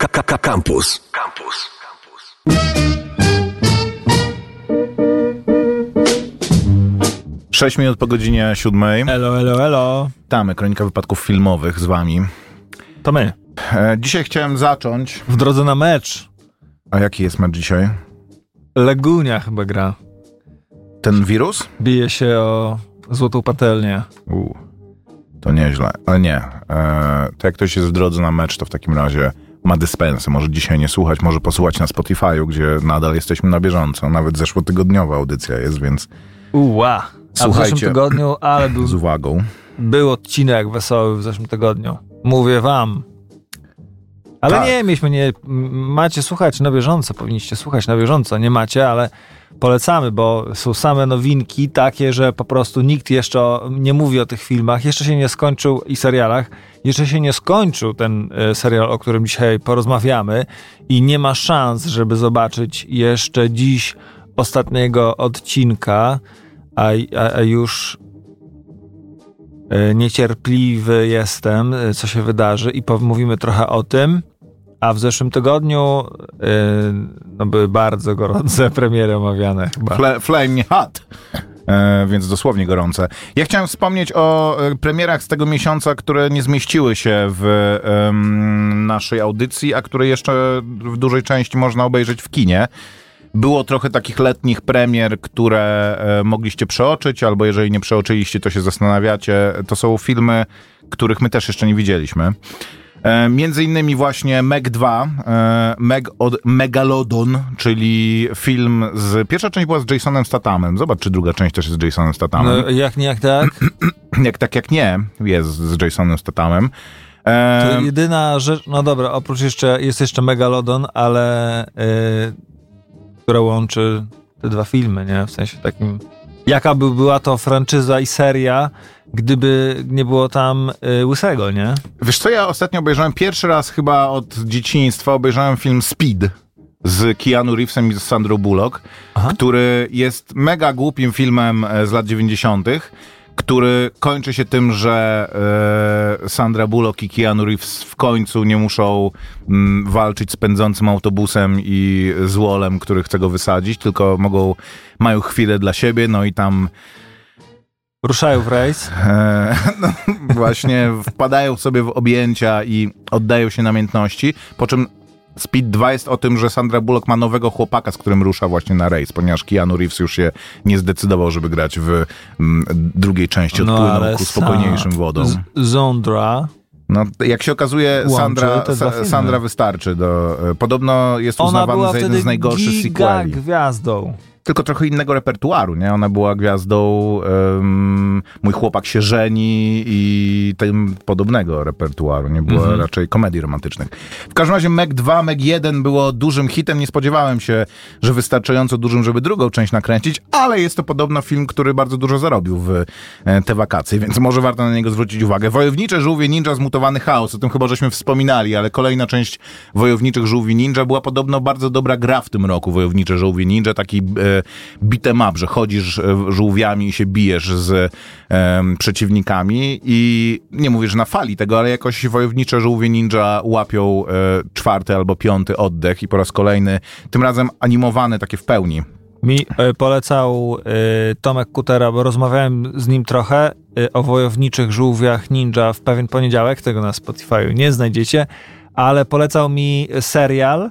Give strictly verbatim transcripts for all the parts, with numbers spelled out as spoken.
Campus. Campus. sześć minut po godzinie siódmej. Elo, elo, elo. Witamy, Kronika Wypadków Filmowych z wami. To my. E, dzisiaj chciałem zacząć... W drodze na mecz. A jaki jest mecz dzisiaj? Legunia chyba gra. Ten wirus? Bije się o złotą patelnię. U, to nieźle, ale nie. E, to jak ktoś jest w drodze na mecz, to w takim razie ma dyspensę. Może dzisiaj nie słuchać, może posłuchać na Spotify'u, gdzie nadal jesteśmy na bieżąco. Nawet zeszłotygodniowa audycja jest, więc... Uła. A w zeszłym tygodniu, ale był... Z uwagą. Był odcinek wesoły w zeszłym tygodniu. Mówię wam. Ale tak. nie, mieliśmy nie... Macie słuchać na bieżąco, powinniście słuchać na bieżąco. Nie macie, ale polecamy, bo są same nowinki takie, że po prostu nikt jeszcze nie mówi o tych filmach. Jeszcze się nie skończył i serialach. Jeszcze się nie skończył ten serial, o którym dzisiaj porozmawiamy i nie ma szans, żeby zobaczyć jeszcze dziś ostatniego odcinka, a, a, a już niecierpliwy jestem, co się wydarzy i mówimy trochę o tym. A w zeszłym tygodniu yy, no były bardzo gorące premiery omawiane chyba. Fle, flame hot, e, więc dosłownie gorące. Ja chciałem wspomnieć o e, premierach z tego miesiąca, które nie zmieściły się w e, naszej audycji, a które jeszcze w dużej części można obejrzeć w kinie. Było trochę takich letnich premier, które e, mogliście przeoczyć, albo jeżeli nie przeoczyliście, to się zastanawiacie. To są filmy, których my też jeszcze nie widzieliśmy. E, między innymi właśnie Meg dwa, e, Meg od Megalodon, czyli film z... Pierwsza część była z Jasonem Stathamem. Zobacz, czy druga część też jest z Jasonem Stathamem. No, jak nie, jak tak? jak tak, jak nie, jest z Jasonem Stathamem. E, to jedyna rzecz... No dobra, oprócz jeszcze... Jest jeszcze Megalodon, ale... Yy... która łączy te dwa filmy, nie? W sensie takim... Jaka by była to franczyza i seria, gdyby nie było tam y, Łysego, nie? Wiesz co, ja ostatnio obejrzałem pierwszy raz chyba od dzieciństwa, obejrzałem film Speed z Keanu Reevesem i z Sandrą Bullock, Aha. który jest mega głupim filmem z lat dziewięćdziesiątych, który kończy się tym, że e, Sandra Bullock i Keanu Reeves w końcu nie muszą m, walczyć z pędzącym autobusem i z Wallem, który chce go wysadzić, tylko mogą, mają chwilę dla siebie, no i tam ruszają w rejs. E, no, właśnie wpadają sobie w objęcia i oddają się namiętności, po czym Speed dwa jest o tym, że Sandra Bullock ma nowego chłopaka, z którym rusza właśnie na rejs, ponieważ Keanu Reeves już się nie zdecydował, żeby grać w m, drugiej części, odpłynął no, ku spokojniejszym wodom. Z- Zondra. No, jak się okazuje, Łączy Sandra, Sa- Sandra wystarczy. Do, podobno jest Ona uznawany za jeden z najgorszych sequeli. Gwiazdą. Tylko trochę innego repertuaru, nie? Ona była gwiazdą um, Mój chłopak się żeni i tym podobnego repertuaru, nie? Była mm-hmm. raczej komedii romantycznych. W każdym razie Meg dwa, Meg jeden było dużym hitem. Nie spodziewałem się, że wystarczająco dużym, żeby drugą część nakręcić, ale jest to podobno film, który bardzo dużo zarobił w e, te wakacje, więc może warto na niego zwrócić uwagę. Wojownicze żółwie ninja, zmutowany chaos. O tym chyba żeśmy wspominali, ale kolejna część Wojowniczych żółwi ninja była podobno bardzo dobra gra w tym roku. Wojownicze żółwie ninja, taki e, beat'em up, że chodzisz żółwiami i się bijesz z e, przeciwnikami i nie mówię, że na fali tego, ale jakoś Wojownicze żółwie ninja łapią e, czwarty albo piąty oddech i po raz kolejny, tym razem animowany takie w pełni. Mi y, polecał y, Tomek Kutera, bo rozmawiałem z nim trochę y, o Wojowniczych żółwiach ninja w pewien poniedziałek, tego na Spotify'u nie znajdziecie, ale polecał mi serial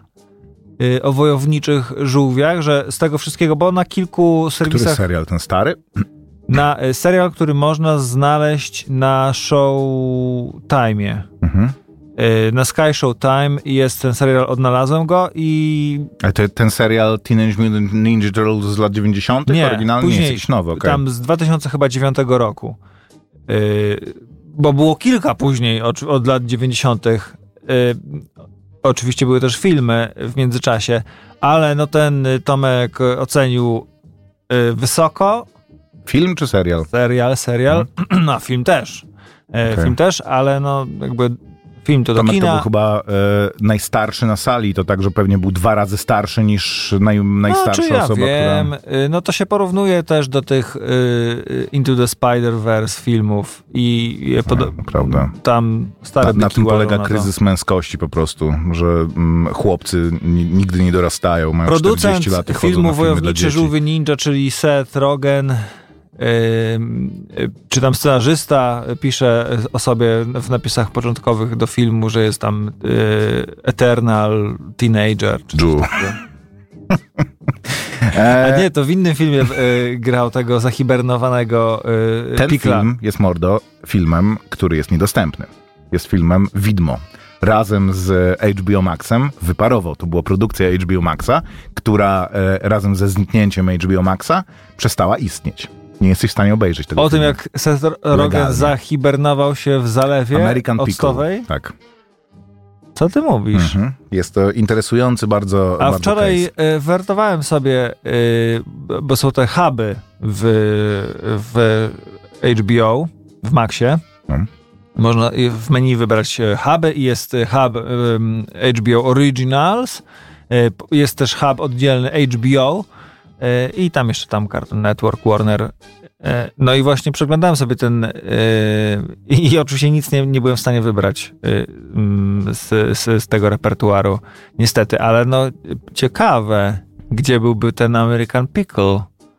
o wojowniczych żółwiach, że z tego wszystkiego, bo na kilku serwisach... Który serial? Ten stary? Na serial, który można znaleźć na Showtime'ie. Mhm. Na Sky Showtime jest ten serial, odnalazłem go i... A to ten serial Teenage Mutant Ninja Turtles z lat dziewięćdziesiątych? Nie, oryginalnie później, jest jakiś nowy, okay. Tam z dwa tysiące dziewiątego roku. Yy, bo było kilka później od, od lat dziewięćdziesiątych. Yy, Oczywiście były też filmy w międzyczasie, ale no ten Tomek ocenił y, wysoko. Film czy serial? Serial, serial. Hmm. No film też. Y, okay. Film też, ale no jakby film to do Tomek kina. to był chyba e, najstarszy na sali, to tak, że pewnie był dwa razy starszy niż naj, najstarsza no, czy ja osoba, wiem. która... No to się porównuje też do tych y, Into the Spider-Verse filmów i je pod... No, prawda. tam stare Na, na byki tym łażą polega na to. kryzys męskości po prostu, że mm, chłopcy n- nigdy nie dorastają, mają Producent czterdzieści lat i chodzą filmu na filmy dla Wojowniczy dzieci. Żółwie Ninja, czyli Seth Rogen, yy, yy, czy tam scenarzysta pisze o sobie w napisach początkowych do filmu, że jest tam yy, Eternal Teenager. Czy Jew. coś takiego. A nie, to w innym filmie yy, grał tego zahibernowanego yy, Ten Pikla. film jest, mordo, filmem, który jest niedostępny. Jest filmem widmo. Razem z H B O Maxem wyparował. To była produkcja H B O Maxa, która e, razem ze zniknięciem H B O Maxa przestała istnieć. Nie jesteś w stanie obejrzeć tego O tym, filmu. jak Seth Rogen Legalnie. zahibernował się w zalewie American octowej? Pickle. Tak. Co ty mówisz? Mhm. Jest to interesujący bardzo A bardzo wczoraj case. y, wertowałem sobie, y, bo są te huby w, w H B O, w Maxie. Hmm. Można w menu wybrać huby i jest hub um, H B O Originals, y, jest też hub oddzielny H B O y, i tam jeszcze tam Cartoon Network, Warner. Y, no i właśnie przeglądałem sobie ten y, i oczywiście nic nie, nie byłem w stanie wybrać y, z, z, z tego repertuaru, niestety, ale no ciekawe, gdzie byłby ten American Pickle.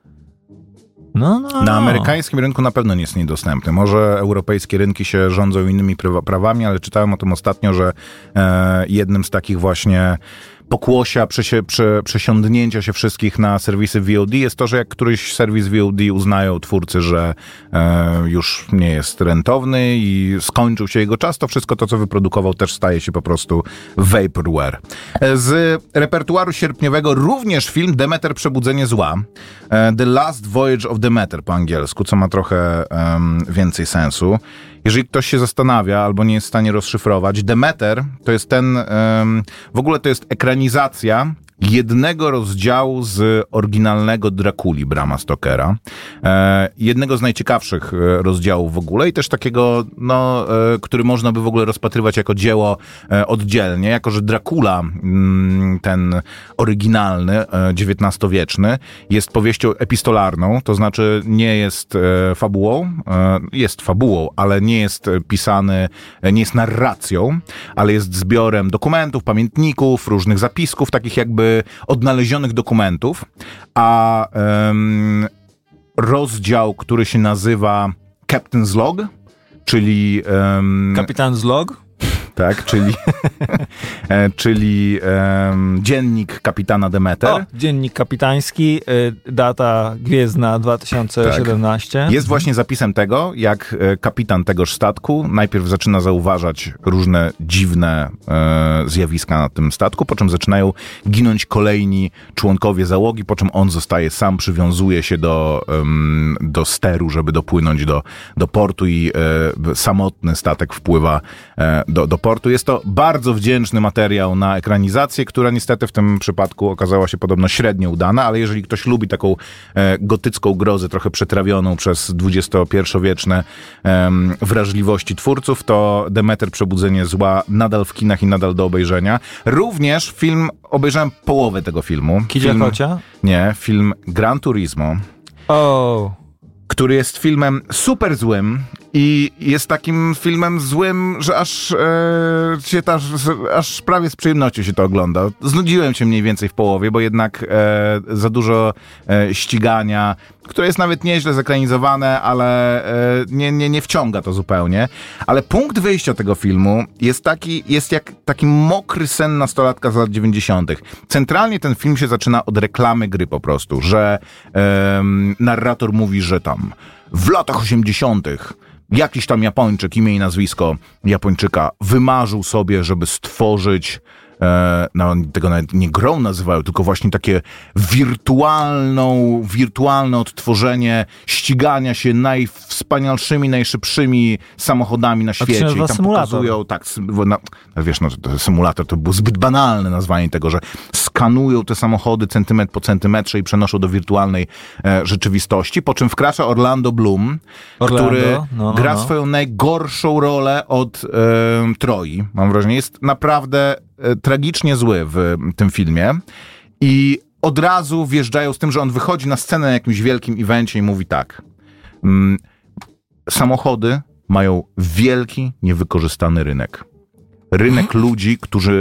No, no, Na no. amerykańskim rynku na pewno nie jest niedostępny. Może europejskie rynki się rządzą innymi prawa- prawami, ale czytałem o tym ostatnio, że e, jednym z takich właśnie pokłosia przesie, prze, przesiądnięcia się wszystkich na serwisy V O D jest to, że jak któryś serwis V O D uznają twórcy, że e, już nie jest rentowny i skończył się jego czas, to wszystko to, co wyprodukował, też staje się po prostu vaporware. E, Z repertuaru sierpniowego również film Demeter Przebudzenie Zła. E, The Last Voyage of Demeter po angielsku, co ma trochę em, więcej sensu. Jeżeli ktoś się zastanawia albo nie jest w stanie rozszyfrować, Demeter to jest ten, um, w ogóle to jest ekranizacja jednego rozdziału z oryginalnego Drakuli Brama Stokera. E, jednego z najciekawszych e, rozdziałów w ogóle i też takiego, no, e, który można by w ogóle rozpatrywać jako dzieło e, oddzielnie, jako że Dracula, mm, ten oryginalny, e, dziewiętnastowieczny, jest powieścią epistolarną, to znaczy nie jest e, fabułą, e, jest fabułą, ale nie jest pisany, e, nie jest narracją, ale jest zbiorem dokumentów, pamiętników, różnych zapisków, takich jakby odnalezionych dokumentów, a um, rozdział, który się nazywa Captain's Log, czyli... Um, Kapitan Zlog? Tak, czyli, e, czyli um, dziennik kapitana Demeter. O, dziennik kapitański, y, data gwiezdna dwa tysiące siedemnaście. Tak. Jest właśnie zapisem tego, jak e, kapitan tegoż statku najpierw zaczyna zauważać różne dziwne e, zjawiska na tym statku, po czym zaczynają ginąć kolejni członkowie załogi, po czym on zostaje sam, przywiązuje się do, um, do steru, żeby dopłynąć do, do portu i e, samotny statek wpływa e, do, do portu. Jest to bardzo wdzięczny materiał na ekranizację, która niestety w tym przypadku okazała się podobno średnio udana, ale jeżeli ktoś lubi taką e, gotycką grozę, trochę przetrawioną przez dwudziestopierwowieczne e, wrażliwości twórców, to Demeter Przebudzenie Zła nadal w kinach i nadal do obejrzenia. Również film, obejrzałem połowę tego filmu. Kidzia Film, Kocia? nie, film Gran Turismo, O, który jest filmem super złym i jest takim filmem złym, że aż, e, się ta, aż prawie z przyjemnością się to ogląda. Znudziłem się mniej więcej w połowie, bo jednak e, za dużo e, ścigania, które jest nawet nieźle zekranizowane, ale e, nie, nie, nie wciąga to zupełnie. Ale punkt wyjścia tego filmu jest taki, jest jak taki mokry sen nastolatka z lat dziewięćdziesiątych. Centralnie ten film się zaczyna od reklamy gry po prostu, że e, narrator mówi, że tam w latach osiemdziesiątych jakiś tam Japończyk, imię i nazwisko Japończyka, wymarzył sobie, żeby stworzyć, e, no, tego nawet nie grą nazywają, tylko właśnie takie wirtualną, wirtualne odtworzenie ścigania się najwspanialszymi, najszybszymi samochodami na świecie. I tam symulator. pokazują, tak, no, wiesz, no, to symulator to było zbyt banalne nazwanie tego, że skanują te samochody centymetr po centymetrze i przenoszą do wirtualnej e, rzeczywistości, po czym wkracza Orlando Bloom, Orlando, który no, no, gra no. swoją najgorszą rolę od e, Troi. Mam wrażenie, jest naprawdę e, tragicznie zły w tym filmie i od razu wjeżdżają z tym, że on wychodzi na scenę na jakimś wielkim evencie i mówi tak. Mm, samochody mają wielki, niewykorzystany rynek. Rynek ludzi, którzy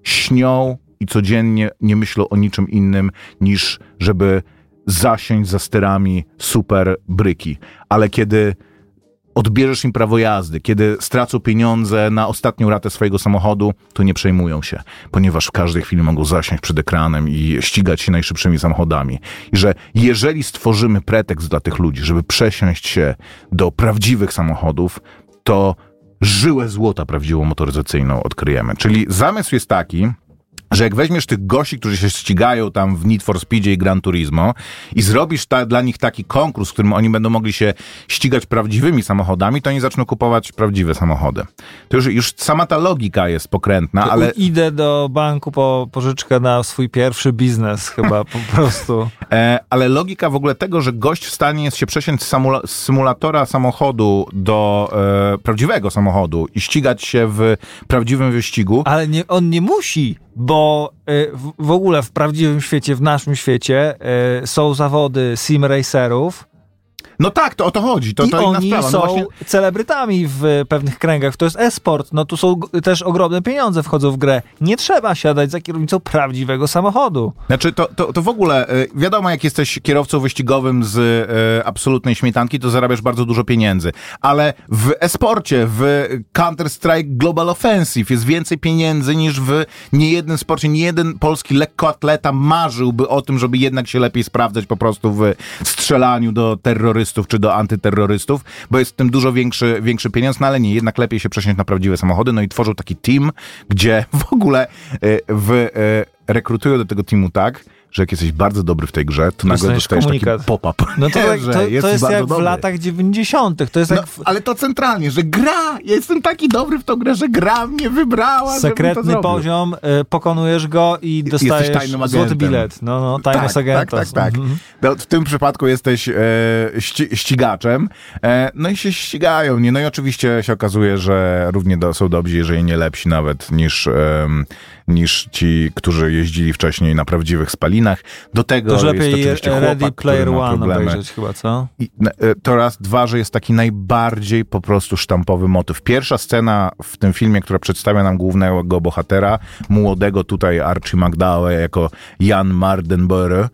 śnią i codziennie nie myślą o niczym innym, niż żeby zasiąść za sterami super bryki. Ale kiedy odbierzesz im prawo jazdy, kiedy stracą pieniądze na ostatnią ratę swojego samochodu, to nie przejmują się, ponieważ w każdej chwili mogą zasiąść przed ekranem i ścigać się najszybszymi samochodami. I że jeżeli stworzymy pretekst dla tych ludzi, żeby przesiąść się do prawdziwych samochodów, to żyłę złota prawdziwą motoryzacyjną odkryjemy. Czyli zamysł jest taki, że jak weźmiesz tych gości, którzy się ścigają tam w Need for Speedzie i Gran Turismo i zrobisz ta, dla nich taki konkurs, w którym oni będą mogli się ścigać prawdziwymi samochodami, to oni zaczną kupować prawdziwe samochody. To już, już sama ta logika jest pokrętna, To ale... Idę do banku po pożyczkę na swój pierwszy biznes chyba po prostu. E, ale logika w ogóle tego, że gość w stanie jest się przesiąść z, samula- z symulatora samochodu do e, prawdziwego samochodu i ścigać się w prawdziwym wyścigu. Ale nie, on nie musi, bo y, w, w ogóle w prawdziwym świecie, w naszym świecie y, są zawody sim racerów. No tak, to o to chodzi. To, I to inna oni sprawa. są No właśnie... celebrytami w pewnych kręgach. To jest e-sport. No tu są g- też ogromne pieniądze wchodzą w grę. Nie trzeba siadać za kierownicą prawdziwego samochodu. Znaczy, to, to, to w ogóle, y, wiadomo, jak jesteś kierowcą wyścigowym z y, absolutnej śmietanki, to zarabiasz bardzo dużo pieniędzy. Ale w e-sporcie, w Counter-Strike Global Offensive jest więcej pieniędzy niż w niejednym sporcie. Niejeden polski lekkoatleta marzyłby o tym, żeby jednak się lepiej sprawdzać po prostu w strzelaniu do terrorystów czy do antyterrorystów, bo jest w tym dużo większy, większy pieniądz, no ale nie, jednak lepiej się przesiąść na prawdziwe samochody, no i tworzą taki team, gdzie w ogóle y, w, y, rekrutują do tego teamu tak, że jak jesteś bardzo dobry w tej grze, to nagle Dostajesz dostajesz komunikat. taki pop-up. No to, tak, że to, to jesteś jest bardzo jak w dobry. latach dziewięćdziesiątych. To jest No, jak w... ale to centralnie, że gra, ja jestem taki dobry w tą grę, że gra mnie wybrała, żebym to Sekretny zrobił. poziom, y, pokonujesz go i dostajesz tajnym złoty agentem. bilet. No, no, tajność tak, agenta. tak, tak, tak. Mhm. No, w tym przypadku jesteś e, ści- ścigaczem, e, no i się ścigają, nie? No i oczywiście się okazuje, że równie do, są dobrzy, jeżeli nie lepsi nawet niż, e, niż ci, którzy jeździli wcześniej na prawdziwych spalinach. Do tego To już jest lepiej oczywiście chłopak, Ready Player który ma One problemy. obejrzeć chyba, co? I, e, to raz, dwa, że jest taki najbardziej po prostu sztampowy motyw. Pierwsza scena w tym filmie, która przedstawia nam głównego bohatera, młodego tutaj Archie McDowell jako Jan Mardenborough,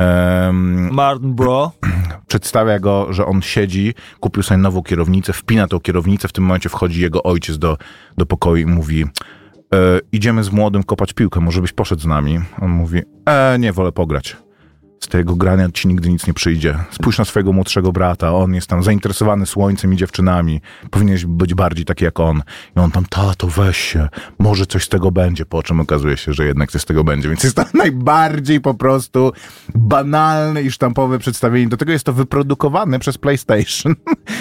um, Martin Bro. przedstawia go, że on siedzi, kupił sobie nową kierownicę, wpina tą kierownicę, w tym momencie wchodzi jego ojciec do, do pokoju i mówi: e, idziemy z młodym kopać piłkę, może byś poszedł z nami? On mówi: e, nie, wolę pograć. Z tego grania ci nigdy nic nie przyjdzie. Spójrz na swojego młodszego brata, on jest tam zainteresowany słońcem i dziewczynami. Powinieneś być bardziej taki jak on. I on tam: tato, weź się, może coś z tego będzie, po czym okazuje się, że jednak coś z tego będzie. Więc jest to najbardziej po prostu banalne i sztampowe przedstawienie. Do tego jest to wyprodukowane przez PlayStation.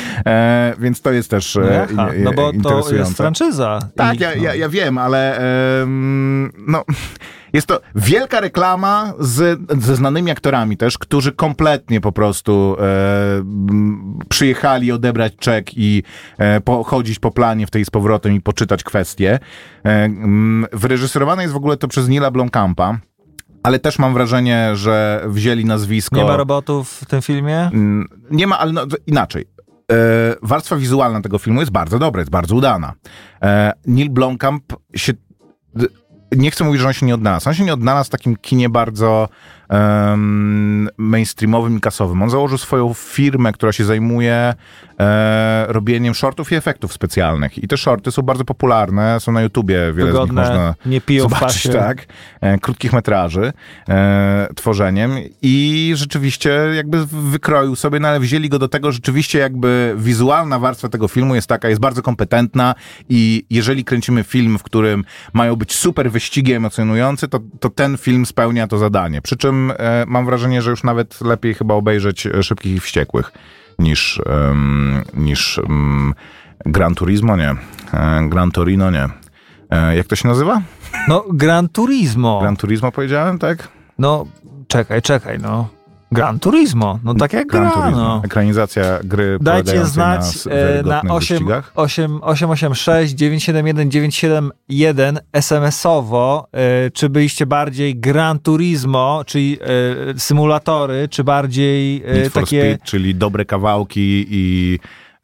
e, więc to jest też No, e, jaha, i- no bo to interesujące. jest franczyza. Tak, I, ja, no. ja, ja wiem, ale em, no, jest to wielka reklama z, ze znanymi aktorami też, którzy kompletnie po prostu e, m, przyjechali odebrać czek i e, pochodzić po planie w tej z powrotem i poczytać kwestie. E, m, wyreżyserowane jest w ogóle to przez Nila Blomkampa, ale też mam wrażenie, że wzięli nazwisko... Nie ma robotów w tym filmie? Mm, Nie ma, ale no, inaczej. E, warstwa wizualna tego filmu jest bardzo dobra, jest bardzo udana. E, Neil Blomkamp się... d- Nie chcę mówić, że on się nie odnalazł. On się nie odnalazł w takim kinie bardzo um, mainstreamowym i kasowym. On założył swoją firmę, która się zajmuje e, robieniem shortów i efektów specjalnych. I te shorty są bardzo popularne, są na YouTubie, wiele Wygodne, z nich można nie piją w zobaczyć, pasie. tak, e, krótkich metraży e, tworzeniem i rzeczywiście jakby wykroił sobie, no ale wzięli go do tego, rzeczywiście jakby wizualna warstwa tego filmu jest taka, jest bardzo kompetentna i jeżeli kręcimy film, w którym mają być super wyścigi emocjonujące, to, to ten film spełnia to zadanie. Przy czym e, mam wrażenie, że już nawet lepiej chyba obejrzeć Szybkich i Wściekłych niż, um, niż um, Gran Turismo, nie. E, Gran Torino, nie. E, jak to się nazywa? No, Gran Turismo. Gran Turismo powiedziałem, tak? No, czekaj, czekaj, no. Gran Turismo, no tak jak Gran gra, Turismo. no. Ekranizacja gry Dajcie polegającej znać na, e, na na osiem wyścigach. osiem sześć dziewięć siedem jeden dziewięć siedem jeden es em esowo, e, czy byliście bardziej Gran Turismo, czyli e, symulatory, czy bardziej e, Need for takie... Speed, czyli dobre kawałki i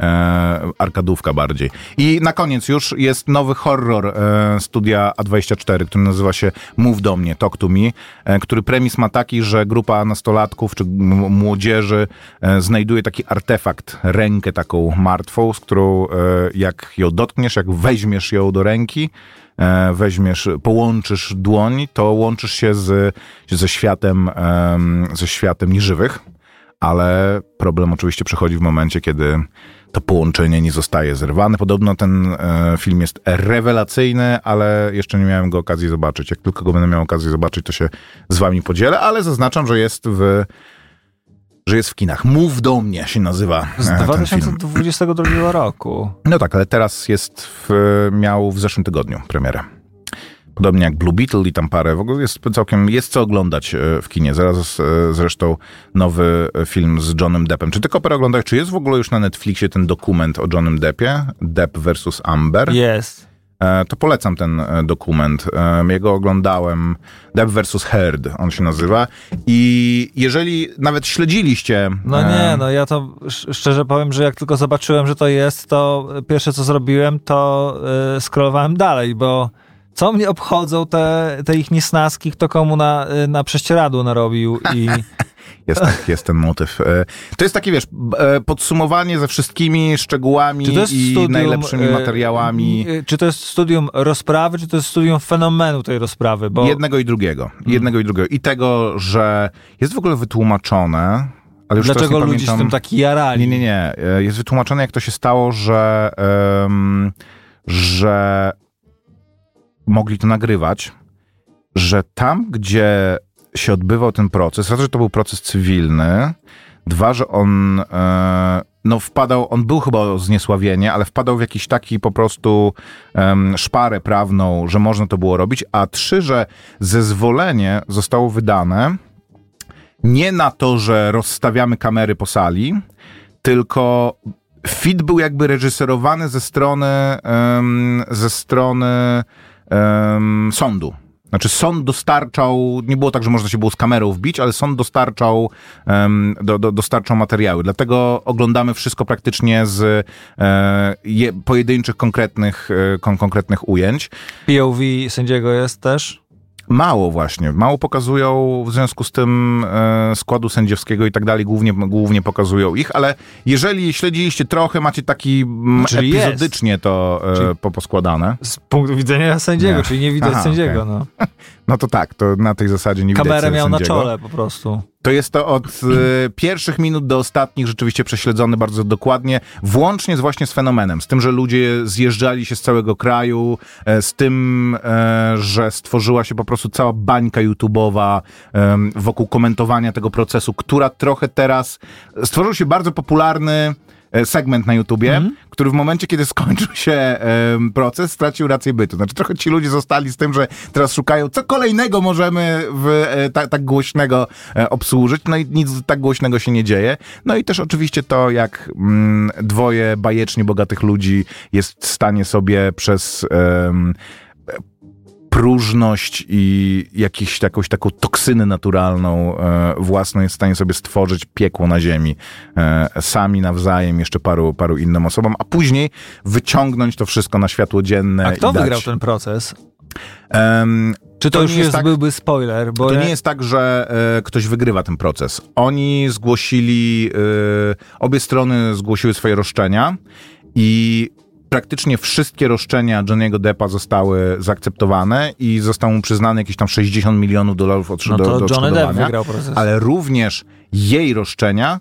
e, arkadówka bardziej. I na koniec już jest nowy horror e, studia A dwadzieścia cztery, który nazywa się Mów do mnie, Talk to me, e, który premis ma taki, że grupa nastolatków czy m- młodzieży e, znajduje taki artefakt, rękę taką martwą, z którą e, jak ją dotkniesz, jak weźmiesz ją do ręki, e, weźmiesz, połączysz dłoń, to łączysz się z, ze światem, e, ze światem nieżywych. Ale problem oczywiście przychodzi w momencie, kiedy to połączenie nie zostaje zerwane. Podobno ten e, film jest rewelacyjny, ale jeszcze nie miałem go okazji zobaczyć. Jak tylko go będę miał okazję zobaczyć, to się z wami podzielę, ale zaznaczam, że jest w, że jest w kinach. Mów do mnie się nazywa Z e, dwa ten tysiące film. dwudziestego drugiego roku. No tak, ale teraz jest w, miał w zeszłym tygodniu premierę. Podobnie jak Blue Beetle i tam parę. W ogóle jest całkiem, jest co oglądać w kinie. Zaraz zresztą nowy film z Johnem Deppem. Czy ty, Koper, oglądasz? Czy jest w ogóle już na Netflixie ten dokument o Johnem Deppie? Depp versus Amber? Jest. To polecam ten dokument. Ja go oglądałem. Depp versus Heard on się nazywa. I jeżeli nawet śledziliście... No nie, no ja to sz- szczerze powiem, że jak tylko zobaczyłem, że to jest, to pierwsze co zrobiłem, to yy, scrollowałem dalej, bo co mnie obchodzą te, te ich niesnaski, kto komu na, na prześcieradło narobił i... Jest, tak, jest ten motyw. To jest takie, wiesz, podsumowanie ze wszystkimi szczegółami i studium, najlepszymi materiałami. Czy to jest studium rozprawy, czy to jest studium fenomenu tej rozprawy? Bo... Jednego i drugiego. Jednego hmm. i drugiego. I tego, że jest w ogóle wytłumaczone... Ale już dlaczego nie ludzie pamiętam... z tym taki jarali? Nie, nie, nie. Jest wytłumaczone, jak to się stało, że... Um, że mogli to nagrywać, że tam, gdzie się odbywał ten proces, raz, że to był proces cywilny, dwa, że on e, no wpadał, on był chyba zniesławienie, ale wpadał w jakiś taki po prostu um, szparę prawną, że można to było robić, a trzy, że zezwolenie zostało wydane nie na to, że rozstawiamy kamery po sali, tylko fit był jakby reżyserowany ze strony um, ze strony um, sądu. Znaczy sąd dostarczał, nie było tak, że można się było z kamerą wbić, ale sąd dostarczał, um, do, do, dostarczał materiały. Dlatego oglądamy wszystko praktycznie z e, je, pojedynczych, konkretnych, e, kon, konkretnych ujęć. P O V sędziego jest też? Mało właśnie. Mało pokazują w związku z tym e, składu sędziowskiego i tak dalej. Głównie, głównie pokazują ich, ale jeżeli śledziliście trochę, macie taki m, czyli epizodycznie jest. to e, czyli po, poskładane. Z punktu widzenia sędziego, nie. czyli nie widać Aha, sędziego. Okay. No. no to tak, to na tej zasadzie nie Kamerę widać sędziego. Kamerę miał na czole po prostu. To jest to od e, pierwszych minut do ostatnich rzeczywiście prześledzone bardzo dokładnie, włącznie z właśnie z fenomenem, z tym, że ludzie zjeżdżali się z całego kraju, e, z tym, e, że stworzyła się po prostu cała bańka YouTube'owa e, wokół komentowania tego procesu, która trochę teraz stworzył się bardzo popularny segment na YouTubie, mm. który w momencie, kiedy skończył się e, proces, stracił rację bytu. Znaczy trochę ci ludzie zostali z tym, że teraz szukają, co kolejnego możemy w, e, ta, tak głośnego e, obsłużyć, no i nic tak głośnego się nie dzieje. No i też oczywiście to, jak mm, dwoje bajecznie bogatych ludzi jest w stanie sobie przez e, próżność i jakiś, jakąś taką toksynę naturalną e, własną jest w stanie sobie stworzyć piekło na ziemi. E, sami nawzajem, jeszcze paru, paru innym osobom, a później wyciągnąć to wszystko na światło dzienne. A kto i dać... wygrał ten proces? Um, Czy to, to już jest, tak, byłby spoiler? Bo to nie... nie jest tak, że e, ktoś wygrywa ten proces. Oni zgłosili, e, obie strony zgłosiły swoje roszczenia i praktycznie wszystkie roszczenia Johnny'ego Deppa zostały zaakceptowane i został mu przyznany jakieś tam sześćdziesiąt milionów dolarów od, no do, do Johnny Depp odszkodowania, wygrał proces. ale również jej roszczenia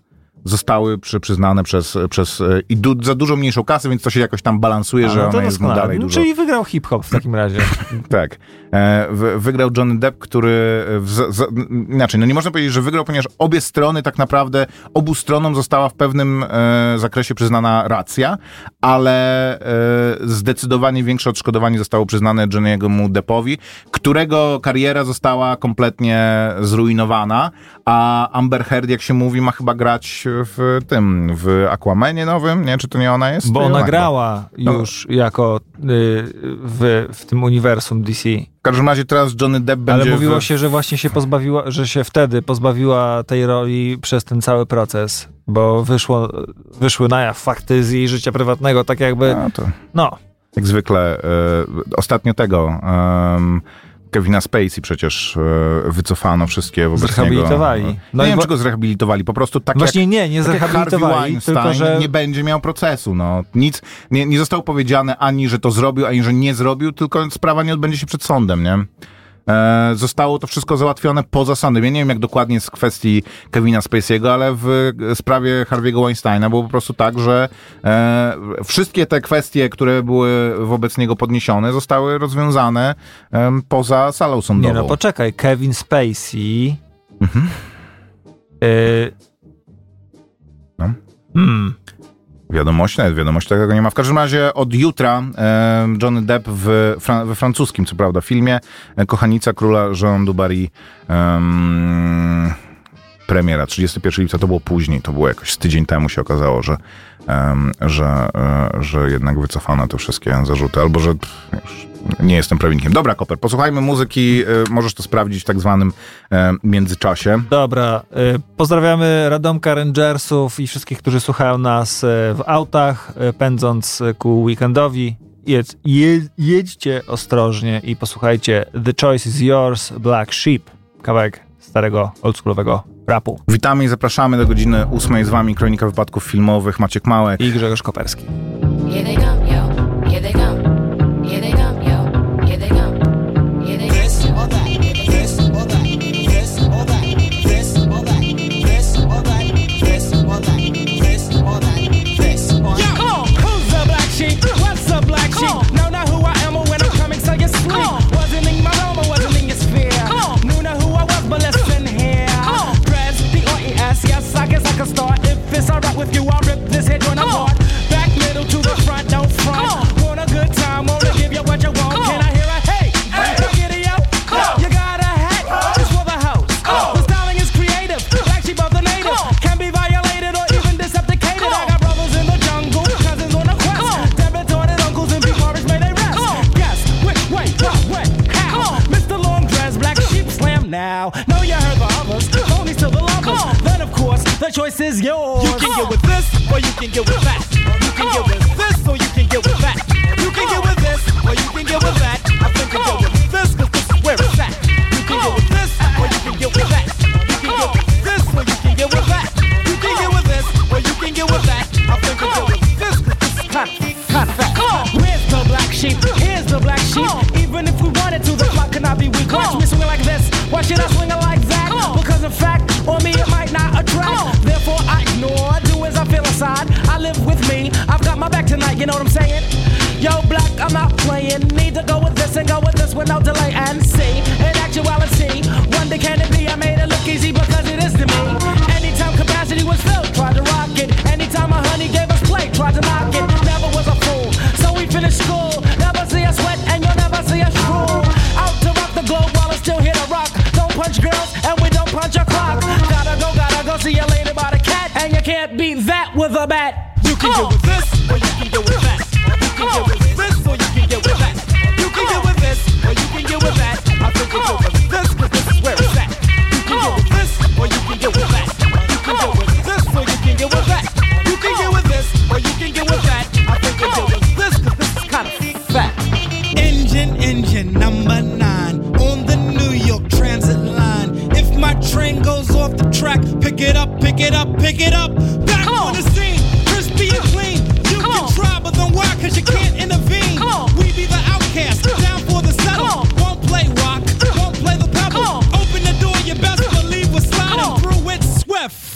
zostały przy, przyznane przez, przez i du, za dużo mniejszą kasę, więc to się jakoś tam balansuje, A, że no to ona jest mu dalej no, dużo. Czyli wygrał hip-hop w takim razie. Tak. E, w, wygrał Johnny Depp, który... W, z, inaczej, no nie można powiedzieć, że wygrał, ponieważ obie strony tak naprawdę, obu stronom została w pewnym e, zakresie przyznana racja, ale e, zdecydowanie większe odszkodowanie zostało przyznane Johnny'emu Deppowi, którego kariera została kompletnie zrujnowana, a Amber Heard, jak się mówi, ma chyba grać w tym, w Aquamanie nowym, nie? Czy to nie ona jest? Bo ona chyba. grała już no. jako y, w, w tym uniwersum D C. W każdym razie teraz Johnny Depp będzie... Ale mówiło w... się, że właśnie się pozbawiła, że się wtedy pozbawiła tej roli przez ten cały proces, bo wyszło, wyszły na jaw fakty z jej życia prywatnego, tak jakby... No, to... no. Jak zwykle, e, ostatnio tego... E, Kevina Spacey przecież e, wycofano wszystkie wobec zrehabilitowali. niego. No nie i wiem, bo... czy go zrehabilitowali, po prostu tak Właśnie jak, nie, nie tak zrehabilitowali, tylko że... nie będzie miał procesu. No. Nic, nie, nie zostało powiedziane ani, że to zrobił, ani, że nie zrobił, tylko sprawa nie odbędzie się przed sądem, nie? E, zostało to wszystko załatwione poza sądem. Ja nie wiem, jak dokładnie jest w kwestii Kevina Spacey'ego, ale w sprawie Harvey'ego Weinsteina było po prostu tak, że e, wszystkie te kwestie, które były wobec niego podniesione, zostały rozwiązane e, poza salą sądową. Nie no, poczekaj, Kevin Spacey... Mhm. Y... No. Hmm. Wiadomość, nawet wiadomość tego nie ma. W każdym razie od jutra e, Johnny Depp w, fra, we francuskim, co prawda, filmie e, Kochanica króla Jean du Barry, e, premiera trzydziestego pierwszego lipca, to było później, to było jakoś z tydzień temu się okazało, że, e, że, e, że jednak wycofano te wszystkie zarzuty, albo że pff, już nie jestem prawnikiem. Dobra, Koper, posłuchajmy muzyki, e, możesz to sprawdzić w tak zwanym e, międzyczasie. Dobra, y, pozdrawiamy Radomka Rangersów i wszystkich, którzy słuchają nas y, w autach, y, pędząc ku weekendowi. Jedź, je, jedźcie ostrożnie i posłuchajcie The Choice is Yours, Black Sheep, kawałek starego, oldschoolowego rapu. Witamy i zapraszamy do godziny ósmej. Z wami Kronika Wypadków Filmowych, Maciek Małek i Grzegorz Koperski. Here they come, yo. Here they come. Here they come, yo. Here they come. Here they come. This or that. This or that. This or that. This or that. This or that. This or that. This or that. This or that. Yo, oh, who's the black sheep? What's the black sheep? No, not who I am or when I'm coming, so you sleep. Wasn't in my realm or wasn't in your sphere. Knew not who I was, but listen here. Press the O E S, yes, I guess I can start. If it's alright with you, I'll rip this head joint apart. Back middle to the front, don't front. Want a good time, wanna give you what you want. Can I hear a hey? Hey, get it out. You got a hat, it's for the house. The styling is creative, black sheep of the native. Can be violated or even decepticated. I got brothers in the jungle, cousins on a quest. Debit-ordered uncles and big barbers may they rest. Guess which way, what, when, how? Mister Long Dress, black sheep slam now. Know you heard the others, only to the lovers. Then of course, the choice is yours. You can get with this, or you can get with that. You can get with this, or you can get with that. You can get with this, or you can get with that. I think you get with this, cause this is where it's at. You can get with this, or you can get with that. You can get with this, or you can get with that. You can get with this, or you can get with that. I think you get with this, cause this is kind of, kind of fat. Where's the black sheep? Here's the black sheep. Even if we wanted to, the flock cannot be weak. Watch me swing like this. Why should I swing it like that? Because in fact, on me it might not attract. Therefore I ignore, do as I feel inside. I live with me, I've got my back tonight, you know what I'm saying? Yo, black, I'm not playing. Need to go with this and go with this with no delay and see. In actuality, wonder can it be? I made it look easy because it is to me. Anytime capacity was filled, tried to rock it. Anytime my honey gave us play, tried to knock it. Never was a fool, so we finished school. Never see us sweat and you'll never see us drool. Out to rock the globe while it's still here to rock. Don't punch girls and we don't punch a clock. Gotta go, gotta go see you later by the cat. And you can't beat that with a bat. You can get with this, or you can get with that. You can get with this, or you can get with that. You can get with this, or you can get with that. I think you get with this, cause this is where it's at. You can get with this, or you can get with that. You can get with this, or you can get with that. You can get with this, or you can get with that. I think you get with this, cause this is kind of fat. Engine, engine, number nine on the New York Transit line. If my train goes off the track, pick it up, pick it up, pick it up. Back on the scene, crispy and clean. You can try, but then why? Cause you can't intervene. We be the outcast, down for the settle. Won't play rock, won't play the pebble. Open the door, you best believe we're sliding through it swiftly.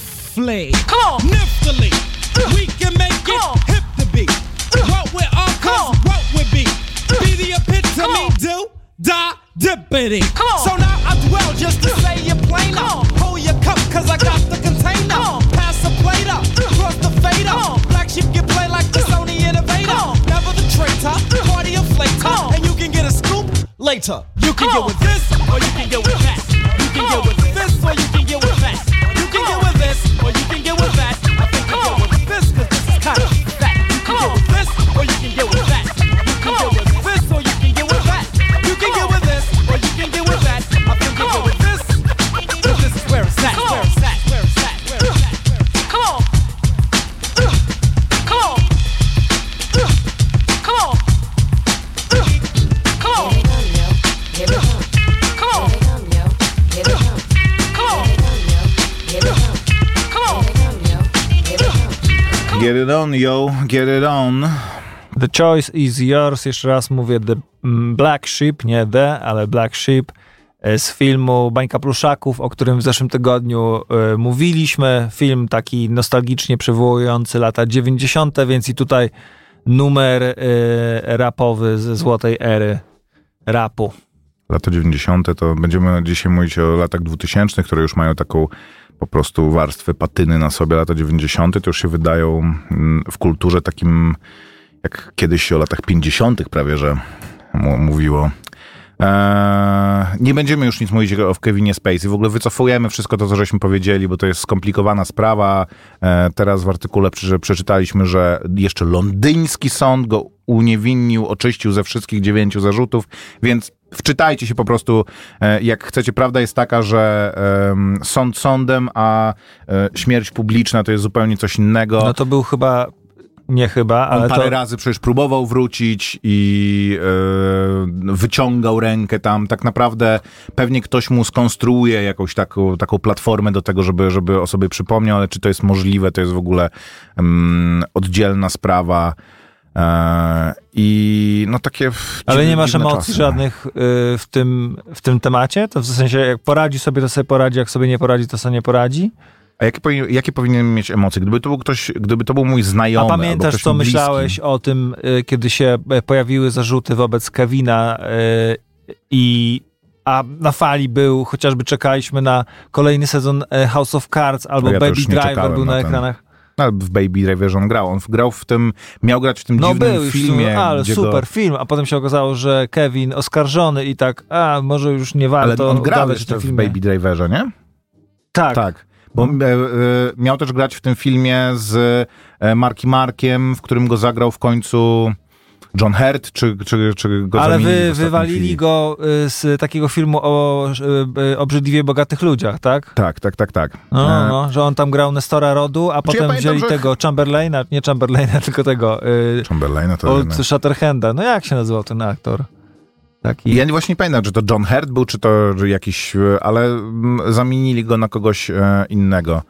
swiftly, niftily. We can make it hip to be. What we're all cause, what we be. Be the epitome, do, die, dippity. So now I dwell just to say you plainer. Hold your cup, cause I got the container. Pass the plate up, cross the fader. Black sheep get played like the Sony Innovator. Never the traitor, party inflator. And you can get a scoop later. You can get with this, or you can get with that. You can get with this, or you can get with that. You can get with this, or you can get with that. I think you get with this, cause this is kind of fat. You can get with this, or you can get with that. You can get with this, or you can get with that. You can get with this, or you can get with that. I think you get with this, cause this is where it's at, where it's at, where it's at, where it's at. Come on. Come on. Come on. Come on. Here they come, yo. Come on. Here they come, yo. Here they come. Come on. Here they come. Here they come. Get it on, yo, get it on. The choice is yours. Jeszcze raz mówię The Black Sheep, nie The, ale Black Sheep z filmu Bańka Pluszaków, o którym w zeszłym tygodniu y, mówiliśmy. Film taki nostalgicznie przywołujący lata dziewięćdziesiąte, więc i tutaj numer y, rapowy ze złotej ery rapu. Lata dziewięćdziesiąte to będziemy dzisiaj mówić o latach dwutysięcznych, które już mają taką po prostu warstwę patyny na sobie. Lata dziewięćdziesiąte to już się wydają w kulturze takim, jak kiedyś się o latach pięćdziesiątych prawie, że m- mówiło. Eee, nie będziemy już nic mówić o Kevinie Spacey. W ogóle wycofujemy wszystko to, co żeśmy powiedzieli, bo to jest skomplikowana sprawa. Eee, teraz w artykule prze- przeczytaliśmy, że jeszcze londyński sąd go uniewinnił, oczyścił ze wszystkich dziewięciu zarzutów, więc wczytajcie się po prostu, e, jak chcecie. Prawda jest taka, że e, sąd sądem, a e, śmierć publiczna to jest zupełnie coś innego. No to był chyba, nie chyba, ale On parę to... razy przecież próbował wrócić i e, wyciągał rękę tam. Tak naprawdę pewnie ktoś mu skonstruuje jakąś taką, taką platformę do tego, żeby, żeby o sobie przypomniał, ale czy to jest możliwe, to jest w ogóle um, oddzielna sprawa. E, I no takie... Ale dziwne, nie masz dziwne emocji czasy. żadnych y, w, tym, w tym temacie? To w sensie jak poradzi sobie, to sobie poradzi, jak sobie nie poradzi, to sobie nie poradzi? A jakie, powinien, jakie powinien mieć emocje? Gdyby to był ktoś, gdyby to był mój A znajomy, albo pamiętasz, ktoś co mi bliski. myślałeś o tym, y, kiedy się y, pojawiły zarzuty wobec Kevina y, i a na fali był, chociażby czekaliśmy na kolejny sezon y, House of Cards, albo Ja to Baby już nie Driver czekałem był na, na ten. ekranach. No, w Baby Driverze on grał. On grał w tym, miał grać w tym No dziwnym był już, filmie, ale gdzie super go... film, a potem się okazało, że Kevin oskarżony i tak, a może już nie Ale warto on grał udawać w jeszcze tym w filmie. Baby Driverze, nie? Tak. Tak. Bo e, e, miał też grać w tym filmie z e, Marky Markiem, w którym go zagrał w końcu John Hurt, czy, czy, czy go Ale zamienili w wy, ostatniej wywalili chwili? go y, z takiego filmu o y, y, obrzydliwie bogatych ludziach, tak? Tak, tak, tak, tak. No, E, no, że on tam grał Nestora Rodu, a potem pamiętam, wzięli że- tego Chamberlaina, nie Chamberlaina, tylko tego y, Chamberlaina to... od Shatterhanda. No jak się nazywał ten aktor? Taki. Ja nie właśnie nie pamiętam, czy to John Hurt był, czy to jakiś... e, ale mm, zamienili go na kogoś e, innego.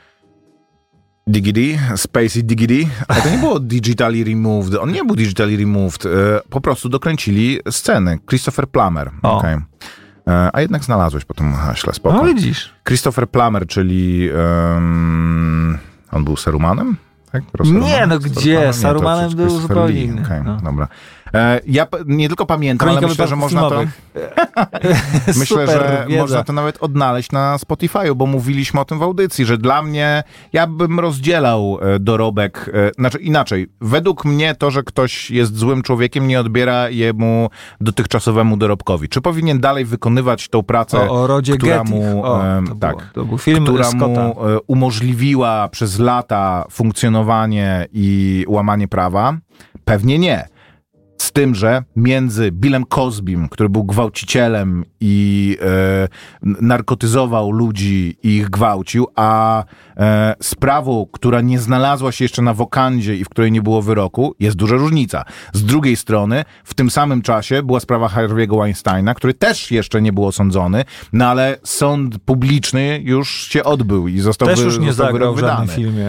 Diggity, Spacey Diggity, ale to nie było digitally removed, on nie był digitally removed, e, po prostu dokręcili sceny. Christopher Plummer, O. okej. E, A jednak znalazłeś potem, aha, śle, spoko. No widzisz. Christopher Plummer, czyli um, on był Sarumanem? Tak? Nie, no gdzie? Sarumanem? Sarumanem to był Christopher zupełnie Lee. inny. Okej, No. dobra. E, ja p- nie tylko pamiętam, Kronika ale myślę, że wypadków można to... filmowych. Myślę, Super że wiedza. można to nawet odnaleźć na Spotify'u, bo mówiliśmy o tym w audycji, że dla mnie, ja bym rozdzielał e, dorobek, e, znaczy inaczej, według mnie to, że ktoś jest złym człowiekiem, nie odbiera jemu dotychczasowemu dorobkowi. Czy powinien dalej wykonywać tą pracę, O, o rodzie która Getty. mu, O, e, to, tak, było, to był film która Scotta. mu e, umożliwiła przez lata funkcjonowanie i łamanie prawa? Pewnie nie. Z tym, że między Billem Cosbym, który był gwałcicielem i e, narkotyzował ludzi i ich gwałcił, a e, sprawą, która nie znalazła się jeszcze na wokandzie i w której nie było wyroku, jest duża różnica. Z drugiej strony, w tym samym czasie była sprawa Harvey'ego Weinsteina, który też jeszcze nie był osądzony, no ale sąd publiczny już się odbył i został Też wy, już nie został zagrał wyrok w żadnym wydany. filmie.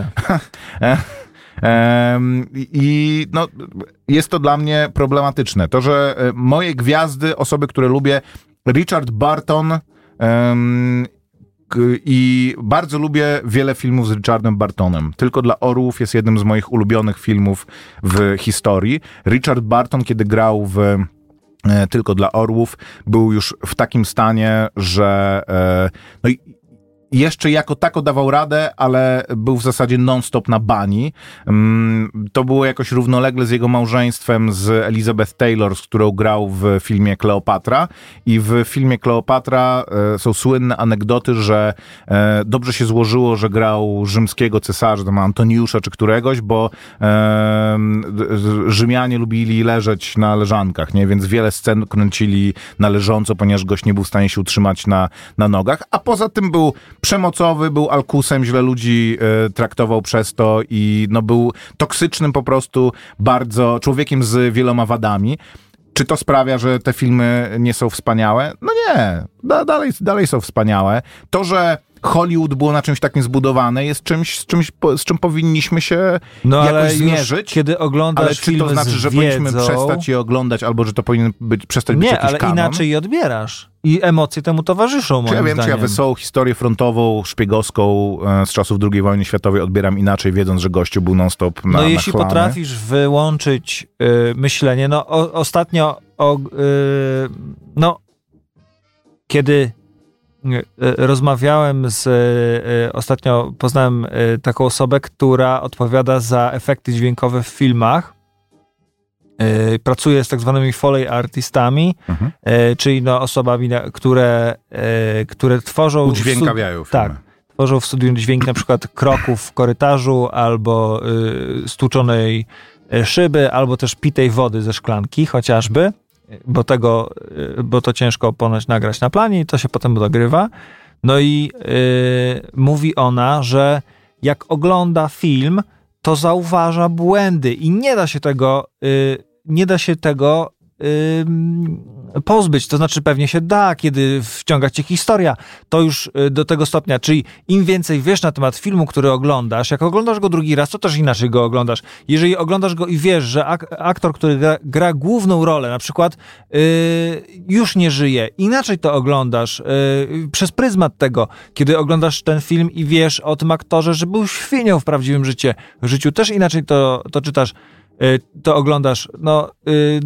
Ehm, I no, jest to dla mnie problematyczne. To, że e, moje gwiazdy, osoby, które lubię, Richard Barton, em, K- I bardzo lubię wiele filmów z Richardem Bartonem. Tylko dla orłów jest jednym z moich ulubionych filmów w historii. Richard Barton, kiedy grał w e, Tylko dla orłów, był już w takim stanie, że e, no i jeszcze jako tako dawał radę, ale był w zasadzie non-stop na bani. To było jakoś równolegle z jego małżeństwem z Elizabeth Taylor, z którą grał w filmie Kleopatra. I w filmie Kleopatra e, są słynne anegdoty, że e, dobrze się złożyło, że grał rzymskiego cesarza, tam Antoniusza czy któregoś, bo e, Rzymianie lubili leżeć na leżankach, nie? Więc wiele scen kręcili na leżąco, ponieważ gość nie był w stanie się utrzymać na, na nogach. A poza tym był przemocowy, był alkusem, źle ludzi e, traktował przez to i no, był toksycznym po prostu bardzo człowiekiem z wieloma wadami. Czy to sprawia, że te filmy nie są wspaniałe? No nie, da, dalej, dalej są wspaniałe. To, że Hollywood było na czymś takim zbudowane, jest czymś, z, czymś, z czym powinniśmy się no, jakoś ale zmierzyć. Kiedy oglądasz ale czy filmy to znaczy, z że wiedzą, powinniśmy przestać je oglądać, albo że to powinien być, przestać być nie, jakiś ale kanon? inaczej je odbierasz. I emocje temu towarzyszą, moim Czy ja wiem, zdaniem. czy ja wesołą historię frontową, szpiegowską e, z czasów drugiej wojny światowej odbieram inaczej, wiedząc, że gościu był non-stop na No na jeśli chlany. potrafisz wyłączyć y, myślenie, no o, ostatnio o, y, no kiedy y, y, rozmawiałem z, y, ostatnio poznałem y, taką osobę, która odpowiada za efekty dźwiękowe w filmach. Yy, pracuje z tak zwanymi Foley artystami, Mhm. yy, czyli no osobami, na, które, yy, które tworzą... Udźwiękawiają w stu- filmy. Tak. Tworzą w studiu dźwięk na przykład kroków w korytarzu, albo yy, stłuczonej yy, szyby, albo też pitej wody ze szklanki chociażby, bo tego, yy, bo to ciężko ponoć nagrać na planie i to się potem dogrywa. No i yy, mówi ona, że jak ogląda film, to zauważa błędy i nie da się tego, yy, nie da się tego yy, pozbyć. To znaczy pewnie się da, kiedy wciąga cię historia. To już yy, do tego stopnia. Czyli im więcej wiesz na temat filmu, który oglądasz, jak oglądasz go drugi raz, to też inaczej go oglądasz. Jeżeli oglądasz go i wiesz, że ak- aktor, który gra, gra główną rolę, na przykład yy, już nie żyje, inaczej to oglądasz yy, przez pryzmat tego, kiedy oglądasz ten film i wiesz o tym aktorze, że był świnią w prawdziwym życie, w życiu, też inaczej to, to czytasz, yy, to oglądasz. No, yy,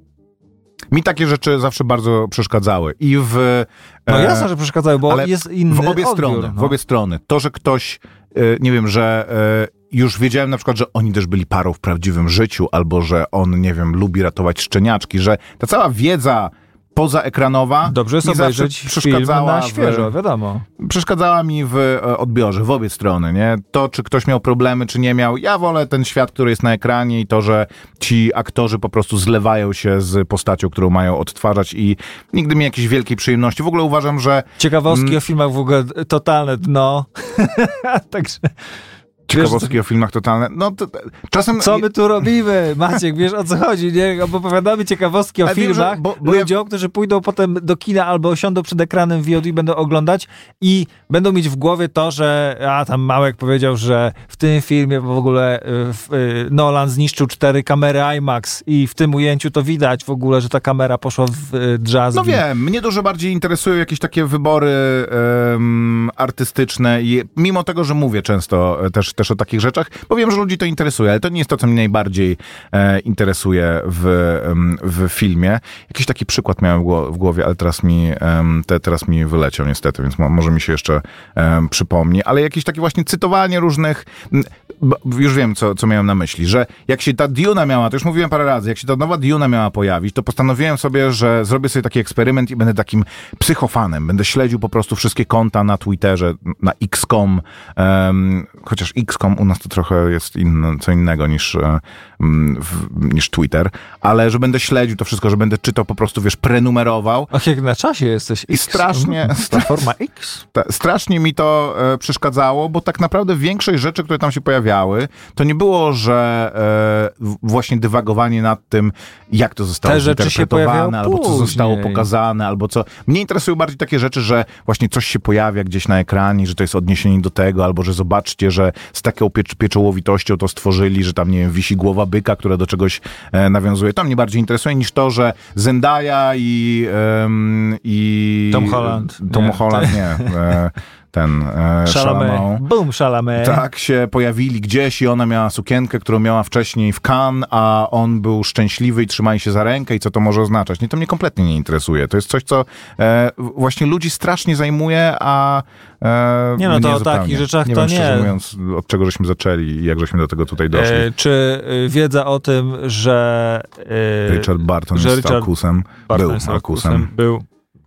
Mi takie rzeczy zawsze bardzo przeszkadzały. I w... no e, jasne, że przeszkadzają, bo ale jest inny w obie odbiór, strony, no. w obie strony. To, że ktoś, e, nie wiem, że e, już wiedziałem na przykład, że oni też byli parą w prawdziwym życiu, albo że on, nie wiem, lubi ratować szczeniaczki, że ta cała wiedza pozaekranowa Dobrze jest mi zawsze obejrzeć film przeszkadzała na świeżo, w, wiadomo. przeszkadzała mi w e, odbiorze, w obie strony, nie? To, czy ktoś miał problemy, czy nie miał. Ja wolę ten świat, który jest na ekranie i to, że ci aktorzy po prostu zlewają się z postacią, którą mają odtwarzać i nigdy mi jakiejś wielkiej przyjemności. W ogóle uważam, że Ciekawostki Mm. o filmach w ogóle totalne dno. Także ciekawostki o filmach totalne, no to, to, czasem... co my tu robimy? Maciek, wiesz o co chodzi, nie? Bo opowiadamy ciekawostki o Ale wiem, filmach że- bo- bo ja- ludziom, którzy pójdą potem do kina albo siądą przed ekranem V O D i będą oglądać i będą mieć w głowie to, że a tam Małek powiedział, że w tym filmie w ogóle y, w, y, Nolan zniszczył cztery kamery IMAX i w tym ujęciu to widać w ogóle, że ta kamera poszła w y, drzazgi. No wiem, mnie dużo bardziej interesują jakieś takie wybory em, artystyczne i mimo tego, że mówię często e, też, też o takich rzeczach, bo wiem, że ludzi to interesuje, ale to nie jest to, co mnie najbardziej e, interesuje w, em, w filmie. Jakiś taki przykład miałem w, gło- w głowie, ale teraz mi, em, te, teraz mi wyleciał niestety, więc mo, może mi się jeszcze em, przypomni, ale jakieś takie właśnie cytowanie różnych, m, bo już wiem, co, co miałem na myśli, że jak się ta Duna miała, to już mówiłem parę razy, jak się ta nowa Duna miała pojawić, to postanowiłem sobie, że zrobię sobie taki eksperyment i będę takim psychofanem. Będę śledził po prostu wszystkie konta na Twitterze, na X kropka com, um, chociaż X kropka com u nas to trochę jest inne, co innego niż, um, w, niż Twitter, ale że będę śledził to wszystko, że będę czytał po prostu, wiesz, prenumerował. Ach, jak na czasie jesteś. I X. strasznie- Mm, Platforma X. Ta, strasznie mi to e, przeszkadzało, bo tak naprawdę większość rzeczy, które tam się pojawiały, to nie było, że e, w- właśnie dywagowanie nad tym, jak to zostało Te rzeczy się zinterpretowane, pojawiają albo co zostało później. pokazane, albo co. Mnie interesują bardziej takie rzeczy, że właśnie coś się pojawia gdzieś na ekranie, że to jest odniesienie do tego, albo że zobaczcie, że z taką piecz- pieczołowitością to stworzyli, że tam, nie wiem, wisi głowa byka, która do czegoś e, nawiązuje. To mnie bardziej interesuje niż to, że Zendaya i, em, i Tom Holland. Tom Nie. Holland, nie. E, ten e, Chalamet. Chalamet. Boom, Chalamet. Tak, się pojawili gdzieś i ona miała sukienkę, którą miała wcześniej w Cannes, a on był szczęśliwy i trzymali się za rękę i co to może oznaczać. Nie, to mnie kompletnie nie interesuje. To jest coś, co e, właśnie ludzi strasznie zajmuje, a e, Nie no, to mnie o zupełnie. takich rzeczach nie to wiem, nie. szczerze mówiąc, od czego żeśmy zaczęli i jak żeśmy do tego tutaj doszli. E, czy y, wiedza o tym, że y, Richard Barton że jest Richard Alkusem. Barton Był jest Alkusem. Alkusem, Był.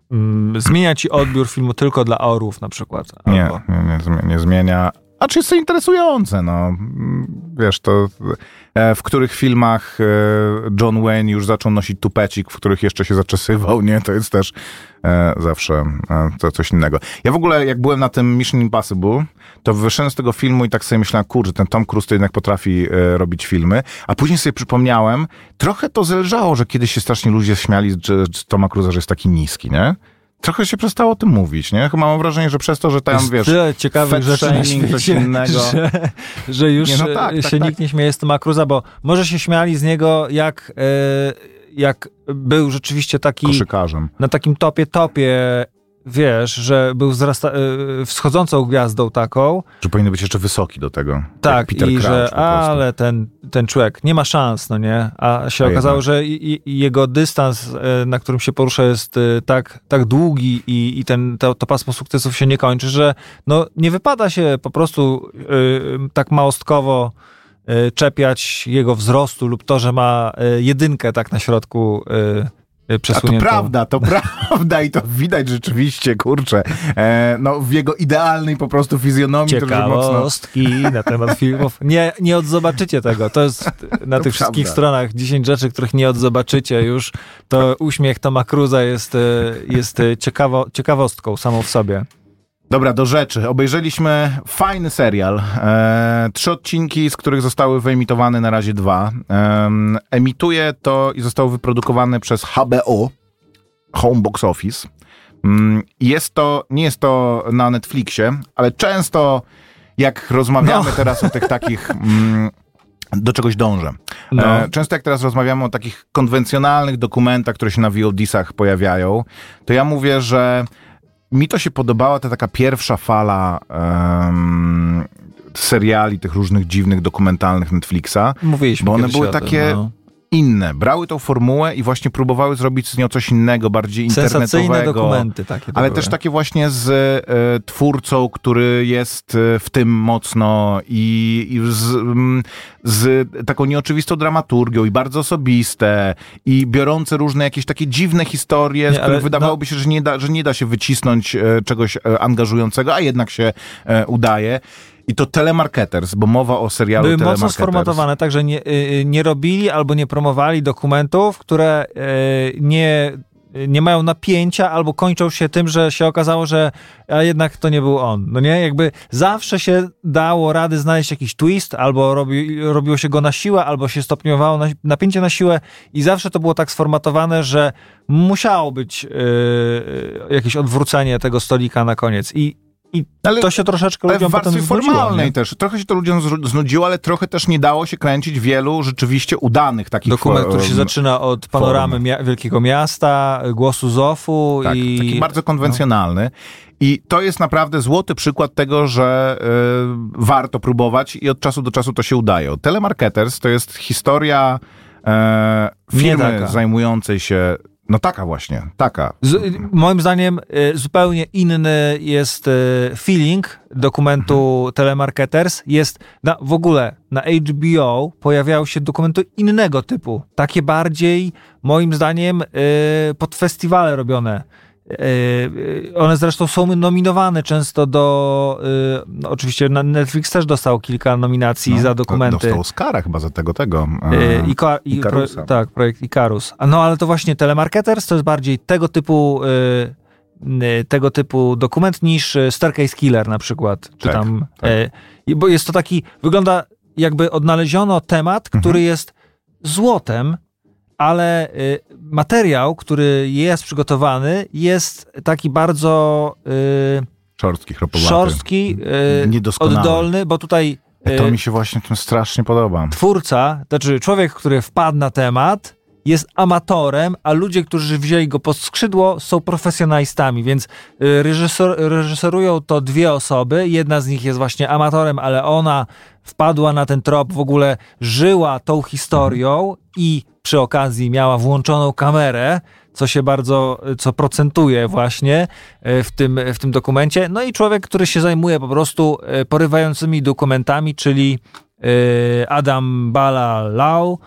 Mm, zmienia ci odbiór filmu tylko dla orłów na przykład. Nie, Albo... nie, nie, zmienia- nie zmienia. A czy jest to interesujące, no. Wiesz, to e, w których filmach e, John Wayne już zaczął nosić tupecik, w których jeszcze się zaczesywał, nie? To jest też e, zawsze e, to coś innego. Ja w ogóle, jak byłem na tym Mission Impossible, to wyszedłem z tego filmu i tak sobie myślałem, kurczę, ten Tom Cruise to jednak potrafi e, robić filmy, a później sobie przypomniałem, trochę to zależało, że kiedyś się strasznie ludzie śmiali z, z Toma Cruise'a, że jest taki niski, nie? Trochę się przestało o tym mówić, nie? Chyba mam wrażenie, że przez to, że tam, Jest wiesz, tyle ciekawych fat rzeczy na shaming, coś świecie, innego. że, że już Nie, no tak, e, tak, się tak. nikt nie śmieje z Toma Cruise'a, bo może się śmiali z niego jak, e, jak był rzeczywiście taki koszykarzem. na takim topie topie, wiesz, że był wzrasta, e, wschodzącą gwiazdą taką, Że powinien być jeszcze wysoki do tego. Jak tak, Peter i Crouch że po prostu. ale ten, ten człowiek nie ma szans, no nie? A się A okazało, jednak. że i, i jego dystans, e, na którym się porusza, jest e, tak, tak długi i, i ten, to, to pasmo sukcesów się nie kończy, że no, nie wypada się po prostu e, tak małostkowo e, czepiać jego wzrostu lub to, że ma e, jedynkę tak na środku e, A to przesuniętą. prawda, to prawda i to widać rzeczywiście, kurczę. E, no w jego idealnej po prostu fizjonomii to że mocno... Ciekawostki na temat filmów. Nie, nie odzobaczycie tego. To jest na To tych wszystkich prawda. stronach dziesięć rzeczy, których nie odzobaczycie już. To uśmiech Toma Cruise'a jest, e, jest e, ciekawo, ciekawostką samą w sobie. Dobra, do rzeczy. Obejrzeliśmy fajny serial. E, trzy odcinki, z których zostały wyemitowane na razie dwa. E, emituje to i zostało wyprodukowane przez H B O, Home Box Office. Mm, Jest to, nie jest to na Netflixie, ale często jak rozmawiamy No. teraz o tych takich... Mm, do czegoś dążę. No. E, często jak teraz rozmawiamy o takich konwencjonalnych dokumentach, które się na V O D-sach pojawiają, to ja mówię, że mi to się podobała ta taka pierwsza fala em, seriali, tych różnych dziwnych, dokumentalnych Netflixa, Mówiliśmy bo one kiedyś były o tym, takie no. inne. Brały tą formułę i właśnie próbowały zrobić z nią coś innego, bardziej Sensacyjne internetowego. dokumenty takie to Ale były. też takie właśnie z e, twórcą, który jest e, w tym mocno i, i z, m, z taką nieoczywistą dramaturgią i bardzo osobiste i biorące różne jakieś takie dziwne historie, Nie, z których ale wydawałoby się, że nie da, że nie da się wycisnąć e, czegoś e, angażującego, a jednak się e, udaje. I to Telemarketers, bo mowa o serialu Były mocno Telemarketers. sformatowane, tak, że nie, y, nie robili albo nie promowali dokumentów, które y, nie, nie mają napięcia albo kończą się tym, że się okazało, że a jednak to nie był on. No nie? Jakby zawsze się dało rady znaleźć jakiś twist, albo robi, robiło się go na siłę, albo się stopniowało na, napięcie na siłę i zawsze to było tak sformatowane, że musiało być y, jakieś odwrócenie tego stolika na koniec. I I Ale- to się troszeczkę Ale ludziom w warstwie potem znudziło, formalnej nie? też. Trochę się to ludziom zru- znudziło, ale trochę też nie dało się kręcić wielu rzeczywiście udanych takich... Dokument, fo- który się em, zaczyna od panoramy form. mia- wielkiego miasta, głosu Zofu Tak, i... taki bardzo konwencjonalny. I to jest naprawdę złoty przykład tego, że y, warto próbować i od czasu do czasu to się udaje. Telemarketers to jest historia e, Nie firmy taka. zajmującej się... No taka właśnie, taka. Z, moim zdaniem y, zupełnie inny jest y, feeling dokumentu Mhm. Telemarketers. Jest na, w ogóle na H B O pojawiały się dokumenty innego typu. Takie bardziej, moim zdaniem, y, pod festiwale robione. Y, y, one zresztą są nominowane często do... Y, no, oczywiście na Netflix też dostał kilka nominacji No, za to dokumenty. Dostał Oscara chyba za tego, tego. Yy, e, Ika- i, pro, Ikarusa. tak, projekt Ikarus. A no ale to właśnie Telemarketers to jest bardziej tego typu yy, yy, tego typu dokument niż yy, Staircase Killer na przykład. Czy Tak, tam, tak. yy, bo jest to taki, wygląda jakby odnaleziono temat, Mhm. który jest złotem, ale yy, materiał, który jest przygotowany, jest taki bardzo yy, Szorstki, chropowaty. szorstki, yy, Niedoskonały. oddolny, bo tutaj yy, To mi się właśnie tym strasznie podoba. twórca, to znaczy człowiek, który wpadł na temat, jest amatorem, a ludzie, którzy wzięli go pod skrzydło, są profesjonalistami, więc y, reżysor, reżyserują to dwie osoby. Jedna z nich jest właśnie amatorem, ale ona wpadła na ten trop, w ogóle żyła tą historią i przy okazji miała włączoną kamerę, co się bardzo, co procentuje właśnie w tym, w tym dokumencie. No i człowiek, który się zajmuje po prostu porywającymi dokumentami, czyli Adam Balalau,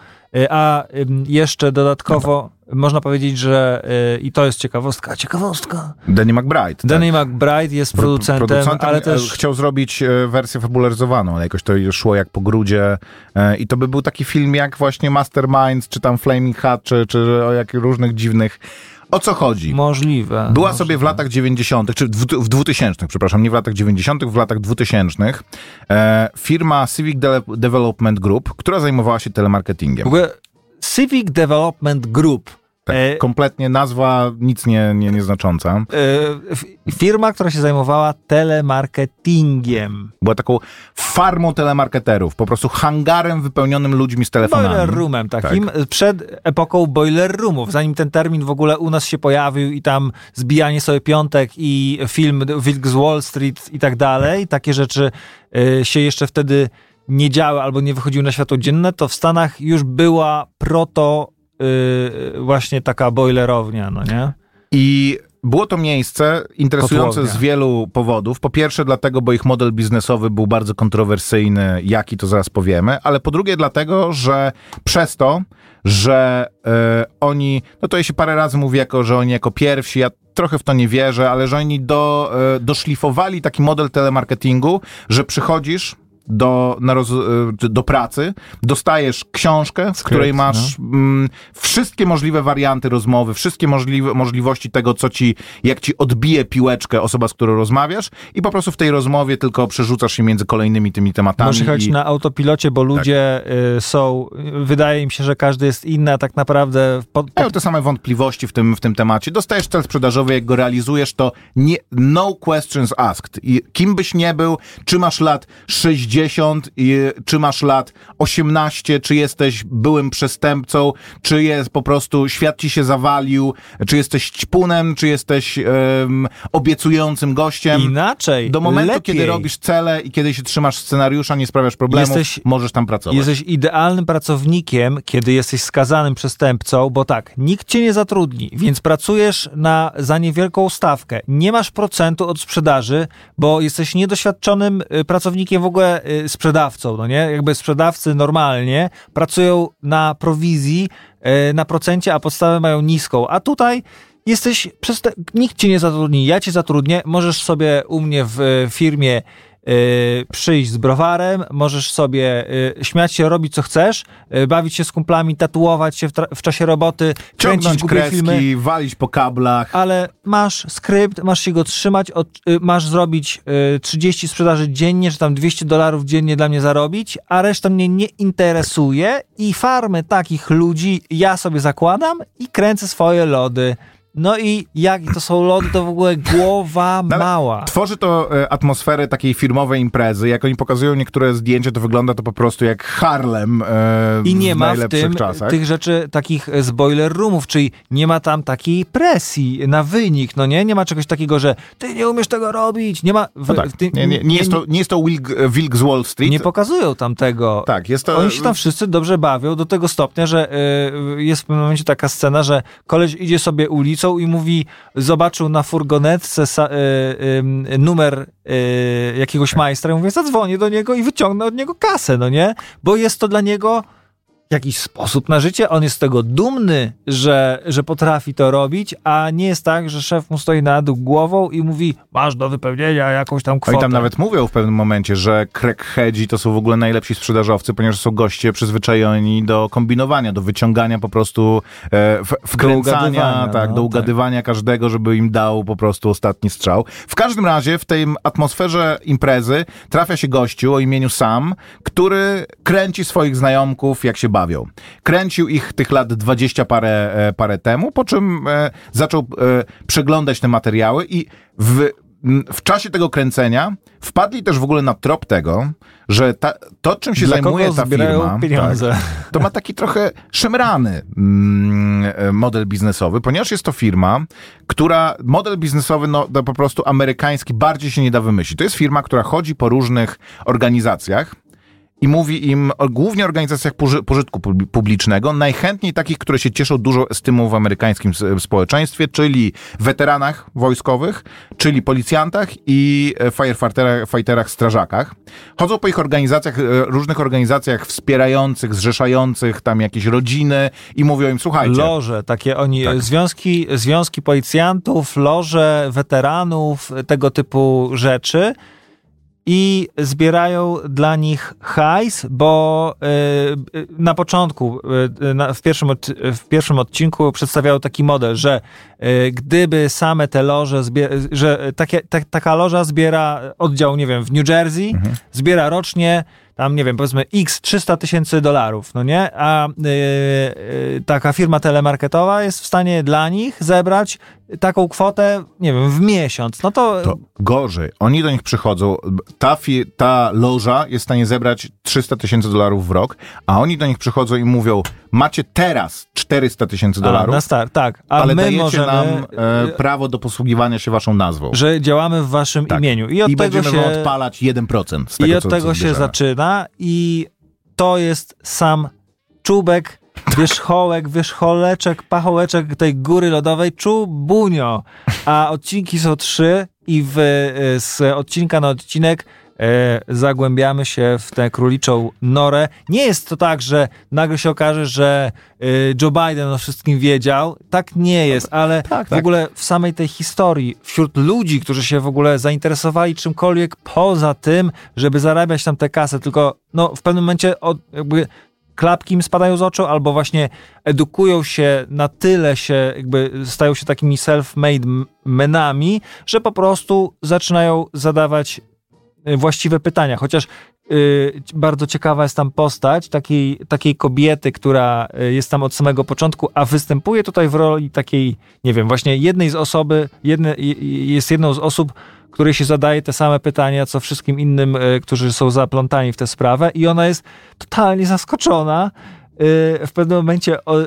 a jeszcze dodatkowo można powiedzieć, że i to jest ciekawostka, ciekawostka. Danny McBride. Danny tak. McBride jest producentem, producentem, ale też... Chciał zrobić wersję fabularyzowaną, ale jakoś to szło jak po grudzie i to by był taki film jak właśnie Masterminds, czy tam Flaming Hot, czy, czy o jakich różnych dziwnych... O co chodzi? Możliwe. Była możliwe. sobie w latach dziewięćdziesiątych, czy w, w dwutysięcznych, przepraszam, nie w latach dziewięćdziesiątych, w latach dwutysięcznych e, firma Civic De- Development Group, która zajmowała się telemarketingiem. W ogóle Civic Development Group. Tak, e, kompletnie nazwa nic nie, nie, nieznacząca. e, f- firma, która się zajmowała telemarketingiem. Była taką farmą telemarketerów, po prostu hangarem wypełnionym ludźmi z telefonami. Boiler roomem takim, Tak. przed epoką boiler roomów, zanim ten termin w ogóle u nas się pojawił i tam zbijanie sobie piątek i film Wilk z Wall Street i tak dalej, takie rzeczy y, się jeszcze wtedy nie działy albo nie wychodziły na światło dzienne, to w Stanach już była proto y, właśnie taka boilerownia, no nie? I było to miejsce interesujące Kotłownia. z wielu powodów. Po pierwsze dlatego, bo ich model biznesowy był bardzo kontrowersyjny, jaki to zaraz powiemy, ale po drugie dlatego, że przez to, że e, oni, no to się parę razy mówi, jako, że oni jako pierwsi, ja trochę w to nie wierzę, ale że oni do, e, doszlifowali taki model telemarketingu, że przychodzisz do, na roz, do pracy, dostajesz książkę, w której masz no. mm, wszystkie możliwe warianty rozmowy, wszystkie możliwe, możliwości tego, co ci, jak ci odbije piłeczkę osoba, z którą rozmawiasz i po prostu w tej rozmowie tylko przerzucasz się między kolejnymi tymi tematami. Możesz jechać i... na autopilocie, bo ludzie tak. y, są, wydaje im się, że każdy jest inny, a tak naprawdę... Po, po... Mają te same wątpliwości w tym, w tym temacie. Dostajesz cel sprzedażowy, jak go realizujesz, to nie, no questions asked. I kim byś nie był, czy masz lat sześćdziesiąt, i, czy masz lat osiemnaście, czy jesteś byłym przestępcą, czy jest po prostu świat ci się zawalił, czy jesteś ćpunem, czy jesteś um, obiecującym gościem. Inaczej, Do momentu, lepiej. kiedy robisz cele i kiedy się trzymasz scenariusza, nie sprawiasz problemów, jesteś, możesz tam pracować. Jesteś idealnym pracownikiem, kiedy jesteś skazanym przestępcą, bo tak, nikt cię nie zatrudni, więc pracujesz na, za niewielką stawkę. Nie masz procentu od sprzedaży, bo jesteś niedoświadczonym y, pracownikiem w ogóle y, sprzedawcą, no nie? Jakby sprzedawcy normalnie pracują na prowizji, y, na procencie, a podstawę mają niską. A tutaj jesteś, przeste- nikt cię nie zatrudni, ja cię zatrudnię, możesz sobie u mnie w y, firmie Yy, przyjść z browarem, możesz sobie yy, śmiać się, robić co chcesz, yy, bawić się z kumplami, tatuować się w, tra- w czasie roboty, kręcić ciągnąć głupie kreski, filmy, walić po kablach. ale masz skrypt, masz się go trzymać, od, yy, masz zrobić yy, trzydzieści sprzedaży dziennie, czy tam dwieście dolarów dziennie dla mnie zarobić, a reszta mnie nie interesuje i farmę takich ludzi ja sobie zakładam i kręcę swoje lody. No i jak to są lody, to w ogóle głowa No, mała. Tworzy to e, atmosferę takiej firmowej imprezy. Jak oni pokazują niektóre zdjęcia, to wygląda to po prostu jak Harlem e, I nie w ma w najlepszych tym czasach. tych rzeczy takich z boiler roomów, czyli nie ma tam takiej presji na wynik, no nie? Nie ma czegoś takiego, że ty nie umiesz tego robić, nie ma... W, No tak. w tym- nie, nie, nie, jest to, nie jest to Wilk, Wilk z Wall Street. nie pokazują tam tego. Tak, jest to... Oni się tam wszyscy dobrze bawią do tego stopnia, że y, jest w pewnym momencie taka scena, że koleś idzie sobie ulicą i mówi, zobaczył na furgonetce sa, y, y, numer y, jakiegoś majstra i mówi, zadzwonię do niego i wyciągnę od niego kasę, no nie? Bo jest to dla niego jakiś sposób na życie, on jest z tego dumny, że, że potrafi to robić, a nie jest tak, że szef mu stoi na dół głową i mówi, masz do wypełnienia jakąś tam kwotę. Oni tam nawet mówią w pewnym momencie, że crackheadzi to są w ogóle najlepsi sprzedażowcy, ponieważ są goście przyzwyczajeni do kombinowania, do wyciągania po prostu e, w, wkręcania, ugadywania, tak, no, do ugadywania tak. każdego, żeby im dał po prostu ostatni strzał. W każdym razie w tej atmosferze imprezy trafia się gościu o imieniu Sam, który kręci swoich znajomków, jak się bawi. Kręcił ich tych lat dwadzieścia parę, parę temu, po czym e, zaczął e, przeglądać te materiały i w m, w czasie tego kręcenia wpadli też w ogóle na trop tego, że ta, to, czym się Dla zajmuje kogo ta zbierają firma, pieniądze? Tak, to ma taki trochę szemrany mm, model biznesowy, ponieważ jest to firma, która, model biznesowy, no to po prostu amerykański, bardziej się nie da wymyślić. To jest firma, która chodzi po różnych organizacjach i mówi im, o, głównie organizacjach poży- pożytku pub- publicznego, najchętniej takich, które się cieszą dużą estymą w amerykańskim s- społeczeństwie, czyli weteranach wojskowych, czyli policjantach i e, firefighterach, fighterach, strażakach. Chodzą po ich organizacjach, e, różnych organizacjach wspierających, zrzeszających tam jakieś rodziny i mówią im, słuchajcie... Loże, takie oni, Tak. związki, związki policjantów, loże weteranów, tego typu rzeczy. I zbierają dla nich hajs, bo y, y, na początku, y, na, w, pierwszym od, w pierwszym odcinku przedstawiają taki model, że y, gdyby same te loże, zbier- że takie, ta, taka loża zbiera oddział, nie wiem, w New Jersey, mhm. zbiera rocznie tam, nie wiem, powiedzmy x trzysta tysięcy dolarów, no nie? A y, y, taka firma telemarketowa jest w stanie dla nich zebrać taką kwotę, nie wiem, w miesiąc. No to... To gorzej. Oni do nich przychodzą, ta, fi- ta loża jest w stanie zebrać trzysta tysięcy dolarów w rok, a oni do nich przychodzą i mówią, macie teraz czterysta tysięcy dolarów, A, na start, tak. A ale my dajecie możemy, nam e, prawo do posługiwania się waszą nazwą. że działamy w waszym Tak. imieniu. I od I tego będziemy się, wam odpalać jeden procent z tego, i od co, tego co się zbierzemy. zaczyna i to jest sam czubek, wierzchołek, wierzcholeczek, pachołeczek tej góry lodowej, czubunio. A odcinki są trzy i w, z odcinka na odcinek e, zagłębiamy się w tę króliczą norę. Nie jest to tak, że nagle się okaże, że e, Joe Biden o wszystkim wiedział. Tak nie jest, ale Tak, w tak. ogóle w samej tej historii, wśród ludzi, którzy się w ogóle zainteresowali czymkolwiek poza tym, żeby zarabiać tam tę kasę, tylko no, w pewnym momencie od, jakby klapki im spadają z oczu, albo właśnie edukują się na tyle, się jakby stają się takimi self-made menami, że po prostu zaczynają zadawać właściwe pytania. Chociaż yy, bardzo ciekawa jest tam postać takiej, takiej kobiety, która jest tam od samego początku, a występuje tutaj w roli takiej, nie wiem, właśnie jednej z osoby, jedne, jest jedną z osób, której się zadaje te same pytania, co wszystkim innym, y, którzy są zaplątani w tę sprawę i ona jest totalnie zaskoczona. Y, w pewnym momencie o, y,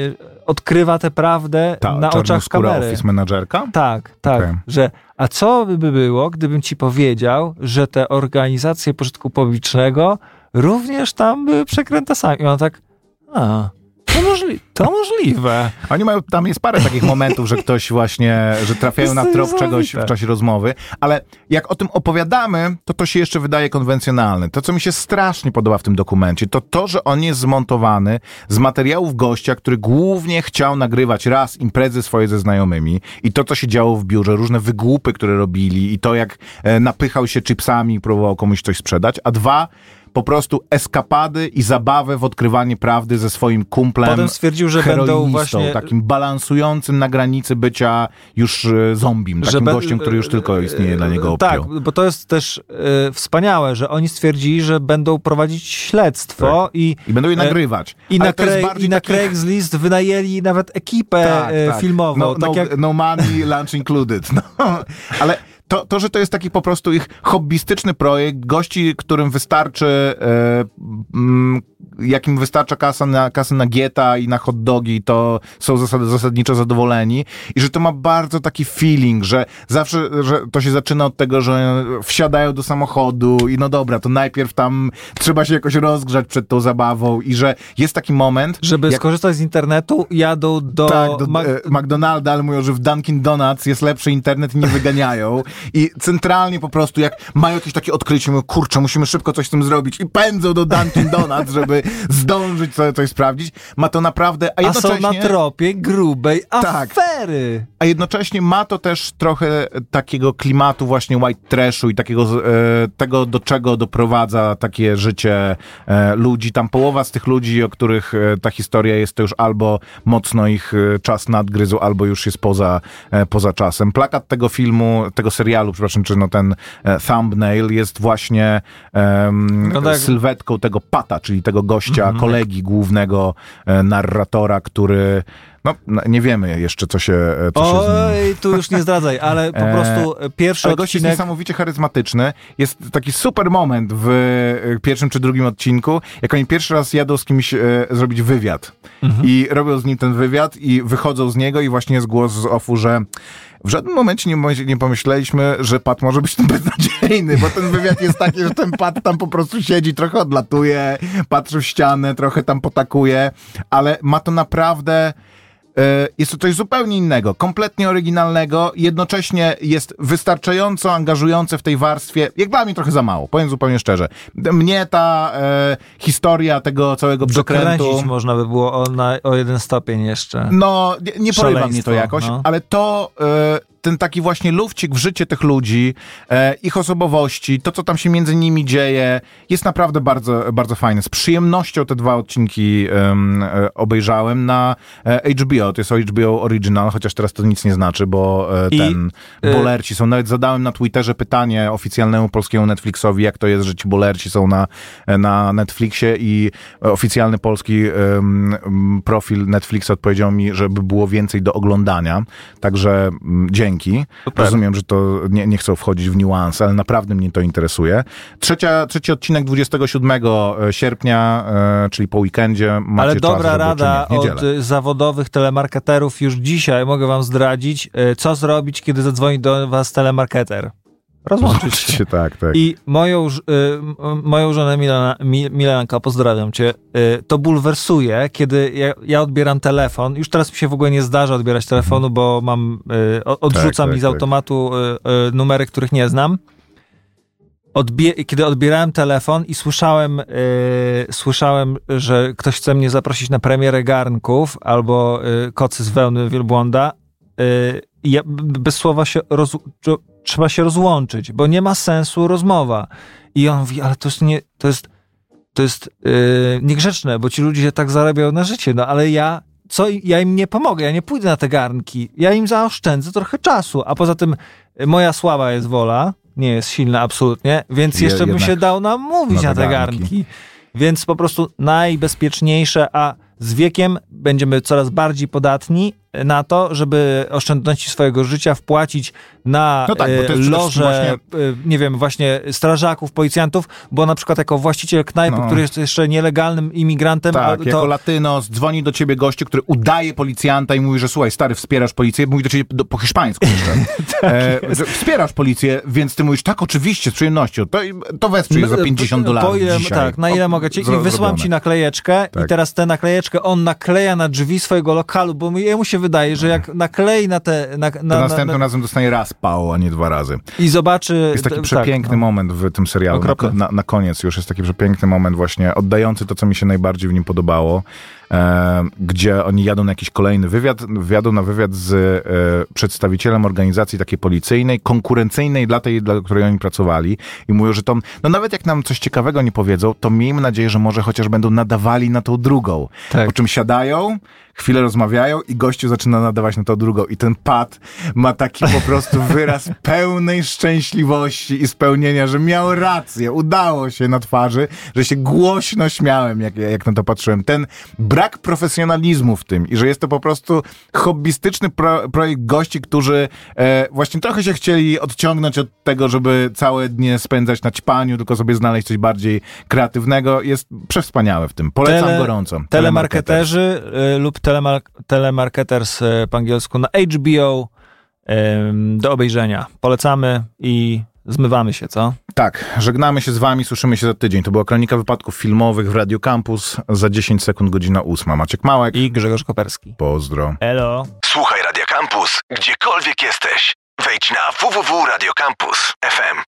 odkrywa tę prawdę Ta na oczach czarnoskóra kamery. office managerka? Tak, tak, Okej. że a co by było, gdybym ci powiedział, że te organizacje pożytku publicznego również tam były przekrętasami. I ona tak, a, to, możli- to możliwe. Oni mają, tam jest parę takich momentów, że ktoś właśnie, że trafiają na To jest trop czegoś niesamowite. w czasie rozmowy, ale jak o tym opowiadamy, to to się jeszcze wydaje konwencjonalne. To, co mi się strasznie podoba w tym dokumencie, to to, że on jest zmontowany z materiałów gościa, który głównie chciał nagrywać raz imprezy swoje ze znajomymi i to, co się działo w biurze, różne wygłupy, które robili i to, jak e, napychał się chipsami i próbował komuś coś sprzedać, a dwa, po prostu eskapady i zabawę w odkrywanie prawdy ze swoim kumplem. Potem stwierdził, że będą heroinistą, właśnie- takim balansującym na granicy bycia już e, zombim, takim ben- gościem, który już tylko istnieje dla niego opio. Tak, bo to jest też e, wspaniałe, że oni stwierdzili, że będą prowadzić śledztwo i I będą je e, nagrywać. I na, Ale to jest Craig, bardziej I na takie- Craigslist wynajęli nawet ekipę Tak, e, tak. filmową. No, tak no, jak... no money, lunch included. No. Ale to, to, że to jest taki po prostu ich hobbystyczny projekt, gości, którym wystarczy, e, mm, jakim wystarcza kasa na, kasy na gieta i na hot dogi, to są zasad, zasadniczo zadowoleni. I że to ma bardzo taki feeling, że zawsze, że to się zaczyna od tego, że wsiadają do samochodu i no dobra, to najpierw tam trzeba się jakoś rozgrzać przed tą zabawą i że jest taki moment, Żeby jak skorzystać z internetu, jadą do... tak, do Mac- e, McDonalda, ale mówią, że w Dunkin' Donuts jest lepszy internet i nie wyganiają. I centralnie po prostu, jak mają jakieś takie odkrycie, mówią, kurczę, musimy szybko coś z tym zrobić i pędzą do Dunkin' Donuts, żeby zdążyć sobie coś sprawdzić. Ma to naprawdę, a a są jednocześnie... na tropie grubej Tak. afery. A jednocześnie ma to też trochę takiego klimatu właśnie white trashu i takiego e, tego, do czego doprowadza takie życie e, ludzi. Tam połowa z tych ludzi, o których e, ta historia jest, to już albo mocno ich e, czas nadgryzł, albo już jest poza, e, poza czasem. Plakat tego filmu, tego serialu, przepraszam, czy no ten e, thumbnail jest właśnie em, No tak. sylwetką tego Pata, czyli tego gościa, kolegi głównego e, narratora, który No, no, nie wiemy jeszcze, co się, co się z nim... Oj, tu już nie zdradzaj, ale po prostu pierwszy Ale gość jest odcinek... niesamowicie charyzmatyczny. Jest taki super moment w e, pierwszym czy drugim odcinku, jak oni pierwszy raz jadą z kimś e, zrobić wywiad. Mhm. I robią z nim ten wywiad i wychodzą z niego i właśnie jest głos z offu, że w żadnym momencie nie, nie pomyśleliśmy, że Pat może być tam beznadziejny, bo ten wywiad jest taki, że ten Pat tam po prostu siedzi, trochę odlatuje, patrzy w ścianę, trochę tam potakuje, ale ma to naprawdę... Jest to coś zupełnie innego, kompletnie oryginalnego, jednocześnie jest wystarczająco angażujące w tej warstwie, jak dla mnie trochę za mało, powiem zupełnie szczerze. Mnie ta e, historia tego całego przekrętu... Dokręcić można by było o, na, o jeden stopień jeszcze. No, nie, nie porywa mnie to jakoś, no. ale to... E, ten taki właśnie lufcik w życie tych ludzi, e, ich osobowości, to, co tam się między nimi dzieje, jest naprawdę bardzo, bardzo fajne. Z przyjemnością te dwa odcinki um, e, obejrzałem na e, H B O. To jest H B O Original, chociaż teraz to nic nie znaczy, bo e, I, ten y- bolerci są. Nawet zadałem na Twitterze pytanie oficjalnemu polskiemu Netflixowi, jak to jest, że ci bolerci są na, na Netflixie i oficjalny polski um, profil Netflixa odpowiedział mi, żeby było więcej do oglądania. Także um, dzięki. Super. Rozumiem, że to nie, nie chcą wchodzić w niuanse, ale naprawdę mnie to interesuje. Trzecia, trzeci odcinek dwudziestego siódmego sierpnia, e, czyli po weekendzie. Macie Ale czas, dobra żeby rada uczynić. od y, zawodowych telemarketerów już dzisiaj mogę wam zdradzić, y, co zrobić, kiedy zadzwoni do was telemarketer. Rozłączyć się. tak, tak. I moją, y, moją żonę Milana, Mi, Milanka, pozdrawiam cię, y, to bulwersuje, kiedy ja, ja odbieram telefon. Już teraz mi się w ogóle nie zdarza odbierać telefonu, bo mam, y, odrzuca tak, mi tak, z automatu y, y, numery, których nie znam. Odbie- kiedy odbierałem telefon i słyszałem, yy, słyszałem, że ktoś chce mnie zaprosić na premierę garnków albo yy, kocy z wełny wielbłąda, yy, ja, bez słowa się roz- trzeba się rozłączyć, bo nie ma sensu rozmowa. I on mówi, ale to jest nie, to jest, to jest yy, niegrzeczne, bo ci ludzie tak zarabiają na życie, no ale ja co, ja im nie pomogę, ja nie pójdę na te garnki, ja im zaoszczędzę trochę czasu, a poza tym yy, moja słaba jest wola, nie jest silna absolutnie, więc jeszcze bym się dał namówić na te garnki. garnki. Więc po prostu najbezpieczniejsze, a z wiekiem będziemy coraz bardziej podatni na to, żeby oszczędności swojego życia wpłacić na no tak, loże, właśnie... nie wiem, właśnie strażaków, policjantów, bo na przykład jako właściciel knajpy, no. który jest jeszcze nielegalnym imigrantem... Tak, to... jako latynos dzwoni do ciebie gościu, który udaje policjanta i mówi, że słuchaj, stary, wspierasz policję, mówi do ciebie do, po hiszpańsku jeszcze. tak e, że wspierasz policję, więc ty mówisz, tak, oczywiście, z przyjemnością, to, to wesprzyj no, za pięćdziesiąt dolarów ile, dzisiaj. Tak, na ile o, mogę cię i wysyłam ci naklejeczkę tak. i teraz tę naklejeczkę on nakleja na drzwi swojego lokalu, bo jemu się wydaje, że jak naklei na te... Na, na, to następnym na, na... razem dostanie raz pał, a nie dwa razy. I zobaczy... Jest taki tak, przepiękny no. moment w tym serialu. Na, na, na koniec już jest taki przepiękny moment właśnie oddający to, co mi się najbardziej w nim podobało, e, gdzie oni jadą na jakiś kolejny wywiad, jadą na wywiad z e, przedstawicielem organizacji takiej policyjnej, konkurencyjnej dla tej, dla której oni pracowali i mówią, że to, no nawet jak nam coś ciekawego nie powiedzą, to miejmy nadzieję, że może chociaż będą nadawali na tą drugą. Tak. Po czym siadają, chwilę rozmawiają i gościu zaczyna nadawać na tą drugą i ten Pat ma taki po prostu wyraz pełnej szczęśliwości i spełnienia, że miał rację, udało się na twarzy, że się głośno śmiałem, jak, jak na to patrzyłem. Ten brak profesjonalizmu w tym i że jest to po prostu hobbystyczny pro, projekt gości, którzy e, właśnie trochę się chcieli odciągnąć od tego, żeby całe dnie spędzać na ćpaniu, tylko sobie znaleźć coś bardziej kreatywnego. Jest przewspaniałe w tym. Polecam Tele, gorąco. Telemarketerzy y, lub Telemar- telemarketers po angielsku na H B O ym, do obejrzenia. Polecamy i zmywamy się, co? Tak, żegnamy się z wami, słyszymy się za tydzień. To była Kronika Wypadków Filmowych w Radio Campus. Za dziesięć sekund godzina ósma. Maciek Małek i Grzegorz Koperski. Pozdro. Elo. Słuchaj Radio Campus, gdziekolwiek jesteś. Wejdź na w w w kropka radio campus kropka f m.